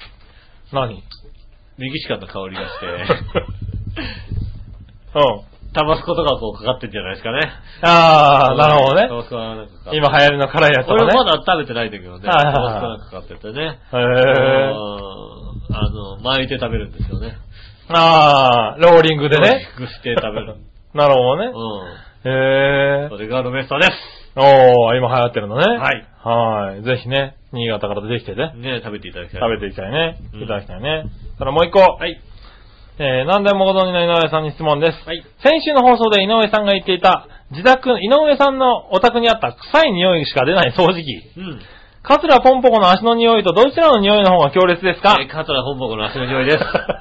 何？ メキシカンな香りがして。 うん。 タバスコとかこうかかってんじゃないですかね。 ああ、なるほどね。 タバスコはなんかかかって。 今流行りの辛いやつとかね。 俺まだ食べてないんだけどね。タバスコなんかかかっててね。へぇー。 あの、巻いて食べるんですよね。 ああ、ローリングでね。ローリングして食べる。 なるほどね。うん。へぇー。 それがロメスタです。 おー、今流行ってるのね。 はい。 はい。ぜひね、新潟から出てきてね。 ね食べていただきたい。 食べていきたいね。うん、いただきたいね。それもう一個。 はい。 えー、何でもご存知の井上さんに質問です。 はい。 先週の放送で井上さんが言っていた、自宅、井上さんのお宅にあった臭い匂いしか出ない掃除機。うん。カツラポンポコの足の匂いとどちらの匂いの方が強烈ですか？ えー、カツラポンポコの足の匂いです。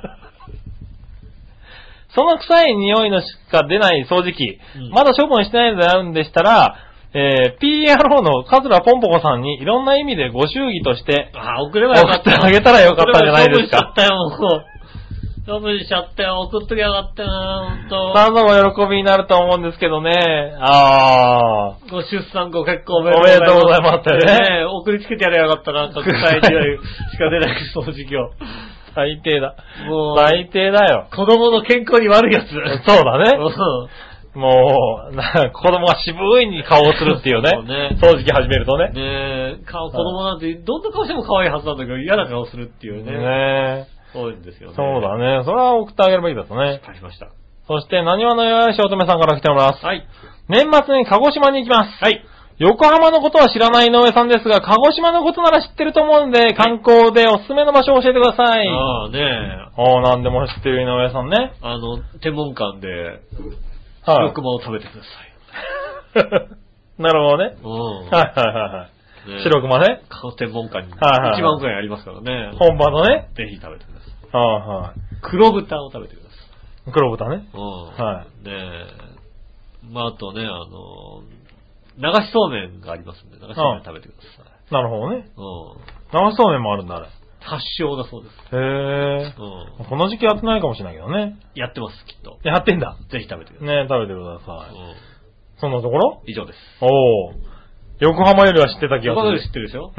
その臭い匂いのしか出ない掃除機、うん、まだ処分してないのであるんでしたら、えー、ピーエーアールオー のカツラポンポコさんにいろんな意味でご祝儀として、 あ、送ればよかった。 送ってあげたらよかったんじゃないですか。 処分しちゃったよ、もう。処分しちゃったよ、送っときゃよかったな、ほんと。 さぞお喜びになると思うんですけどね。あー。ご出産後結構おめでとうございます。おめでとうございますね。送りつけてやればよかったな、臭い匂いしか出ない掃除機を。 最低だ。もう。最低だよ。 子供の健康に悪いやつ。 そうだね。もう、な子供が渋いに顔をするっていうね。そうね。掃除機始めるとね。 ねえ、顔、子供なんてどんな顔しても可愛いはずなんだけど嫌な顔するっていうね。ねえ。そうですよね。 そうだね。それは送ってあげるべきだとね。 わかりました。 そして、何話のよしおとめさんから来ております。 はい。 年末に鹿児島に行きます。 はい。 横浜のことは知らない井上さんですが、鹿児島のことなら知ってると思うんで、観光でおすすめの場所を教えてください。 ああねえ。 ああ、なんでも知ってる井上さんね。 あの、天文館で、白熊を食べてください。 なるほどね。 うん。 はいはいはいはい。ね、白熊ね。 天文館に。 はいはい。 一番くらいありますからね。 本場のね。 ぜひ食べてください。 はいはい。 黒豚を食べてください。黒豚ね。 うん。はい。ねえ。まあ、あとね、あの、流しそうめんがありますんで、流しそうめん食べてください。 なるほどね。 うん。 流しそうめんもあるんだ、あれ。 発祥だそうです。 へえ。うん。この時期やってないかもしれないけどね。 やってます、きっと。 やってんだ。 ぜひ食べてください。 ね、食べてください。うん。そんなところ？ 以上です。 おー。横浜よりは知ってた気がする。 横浜より知ってるでしょ？ うん。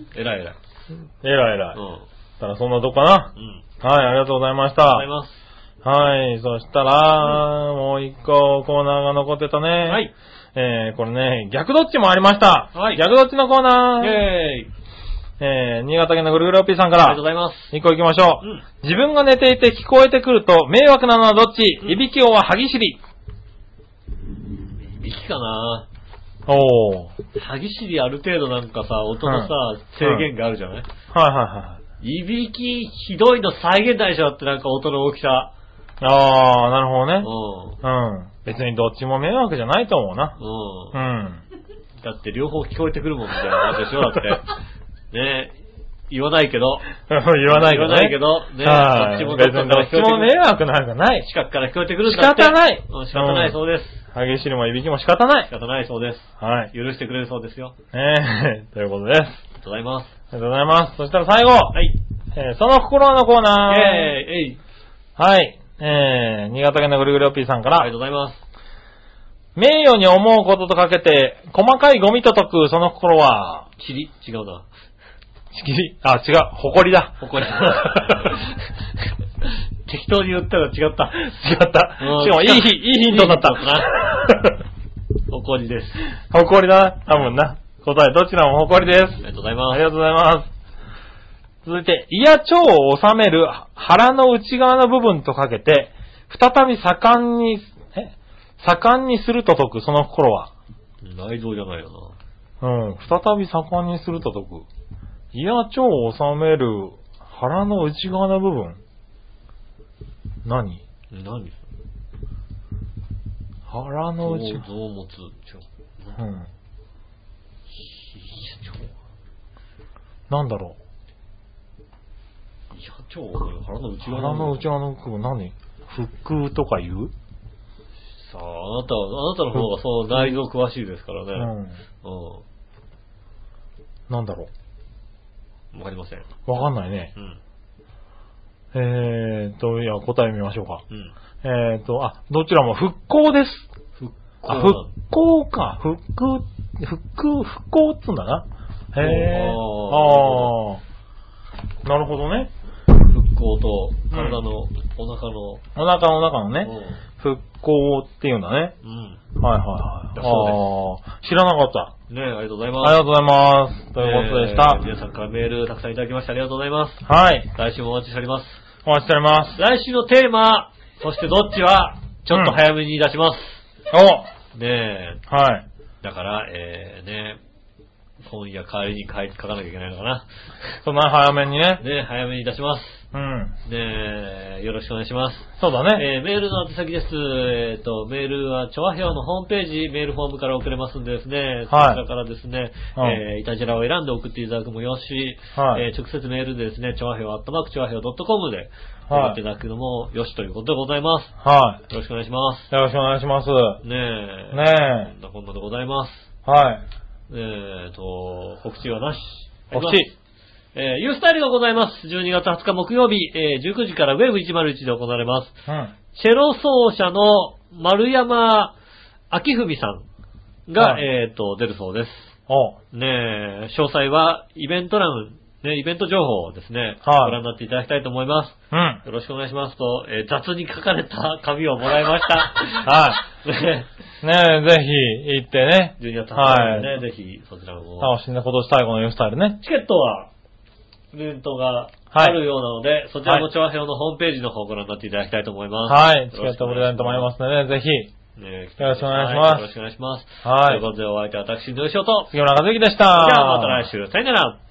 えらいえらい。 えらいえらい。うん。ただそんなとこかな。うん。はい、ありがとうございました。 ありがとうございます。 はい、そしたら、うん、もう一個コーナーが残ってたね。 はい。 えー、これね、逆どっちもありました。 はい。 逆どっちのコーナー。 イェーイ。 えー、新潟県のぐるぐるおっぴーさんから。 ありがとうございます。 一個行きましょう。うん。自分が寝ていて聞こえてくると迷惑なのはどっち？うん、いびき音は歯ぎしり。 いびきかなおー。 歯ぎしりある程度なんかさ、音のさ、うん、制限があるじゃない、うん、 はいはいはい。 いびきひどいの再現ないでしょってなんか音の大きさ。 あー、なるほどね。 うん。 うん。別にどっちも迷惑じゃないと思うな。 うん。 うん。 だって両方聞こえてくるもんみたいな話でしょだって。ねえ。言わないけど。 言わないけど、ね。 言わないけど。ねえ。どっちも別にどっちも迷惑なんかない。 近くから聞こえてくるんだって。 仕方ない。 うん、仕方ないそうです。 激しりもいびきも仕方ない。 仕方ないそうです。 はい。 許してくれるそうですよ。 ええー、ということです。ありがとうございます。 ありがとうございます。そしたら最後。 はい。 えー、その心のコーナー。 えー、えい。 はい。えー、新潟県のぐるぐるおっぴーさんから。 ありがとうございます。 名誉に思うこととかけて、細かいゴミと解くその心は、 ちり違うな。 ちりあ、違う。誇りだ。 誇り。適当に言ったら違った。 違った。しかもいい、いいヒントだった。 誇りです。 誇りだ。多分な。答えどちらも誇りです。ありがとうございます。 ありがとうございます。続いて、胃や腸を収める腹の内側の部分とかけて、再び盛んに、え盛んにすると解く、その心は。 内臓じゃないよな。うん。再び盛んにすると解く。胃や腸を収める腹の内側の部分。何何腹の内側。臓物。 うん。なんだろう。 胃や腸腹の内側の腹の内側の部分何腹腔とか言うさあ、あなたは、あなたの方がそう内臓詳しいですからね。うん。うん。 なんだろう。わかりません。 わかんないね。うん。えーと、いや、答え見ましょうか。うん。えーと、あ、どちらも復興です。 復興。あ、復興か。復興、復興、復興っつうんだな。へー。あー。なるほどね。 復興と、体の、お腹の。 お腹の中のね、復興っていうんだね。うん。はいはいはい。ああ、知らなかった。 ねえ、ありがとうございます。 ありがとうございます。ということでした。 皆さんからメールたくさんいただきましてありがとうございます。 はい。 来週もお待ちしております。 お待ちしております。 来週のテーマ、そしてどっちは、ちょっと早めに出します。 お、 ねえ。 はい。 だから、えー、ね今夜帰りに書かなきゃいけないのかな。 そんな早めにね。 ね早めに出します。 うん。 ねよろしくお願いします。 そうだね。 えー、メールの宛先です。えっ、ー、と、メールは、チョアヘオのホームページ、メールフォームから送れますんでですね、そちらからですね、はい、えー、イタジラを選んで送っていただくもよし、はい、えー、直接メールでですね、チョアヘオアットマークチョアヘオドットコムで送っていただくのもよしということでございます。 はい。 よろしくお願いします。 よろしくお願いします。 ねえ。 ねえ。 こんなこんなでございます。 はい。 えーと、告知はなし。 告知。 えー、ユースタイルがございます。じゅうにがつはつか木曜日、えー、じゅうくじからウェーブいちまるいちで行われます。 うん。 チェロ奏者の丸山明文さんが、はい、えーと、出るそうです。 おねえ、詳細はイベント欄、ね、イベント情報をですね、はい、ご覧になっていただきたいと思います。 うん。 よろしくお願いしますと、えー、雑に書かれた紙をもらいました。 はい。ねねえ、ぜひ行ってね。 じゅうにがつはつかにね、はい、ぜひそちらも。 楽しんで今年最後のユースタイルね。 チケットは、イベントがあるようなので、はい、そちらもチョアヘオのホームページの方をご覧になっていただきたいと思います。 はい。チケットプレゼントもありますので、ね、ぜひ。ね、よろしくお願いします。 よろしくお願いします。 はい。 ということでお相手は私、ヌーショーと、 杉村和之でした。 じゃあまた来週。さよなら。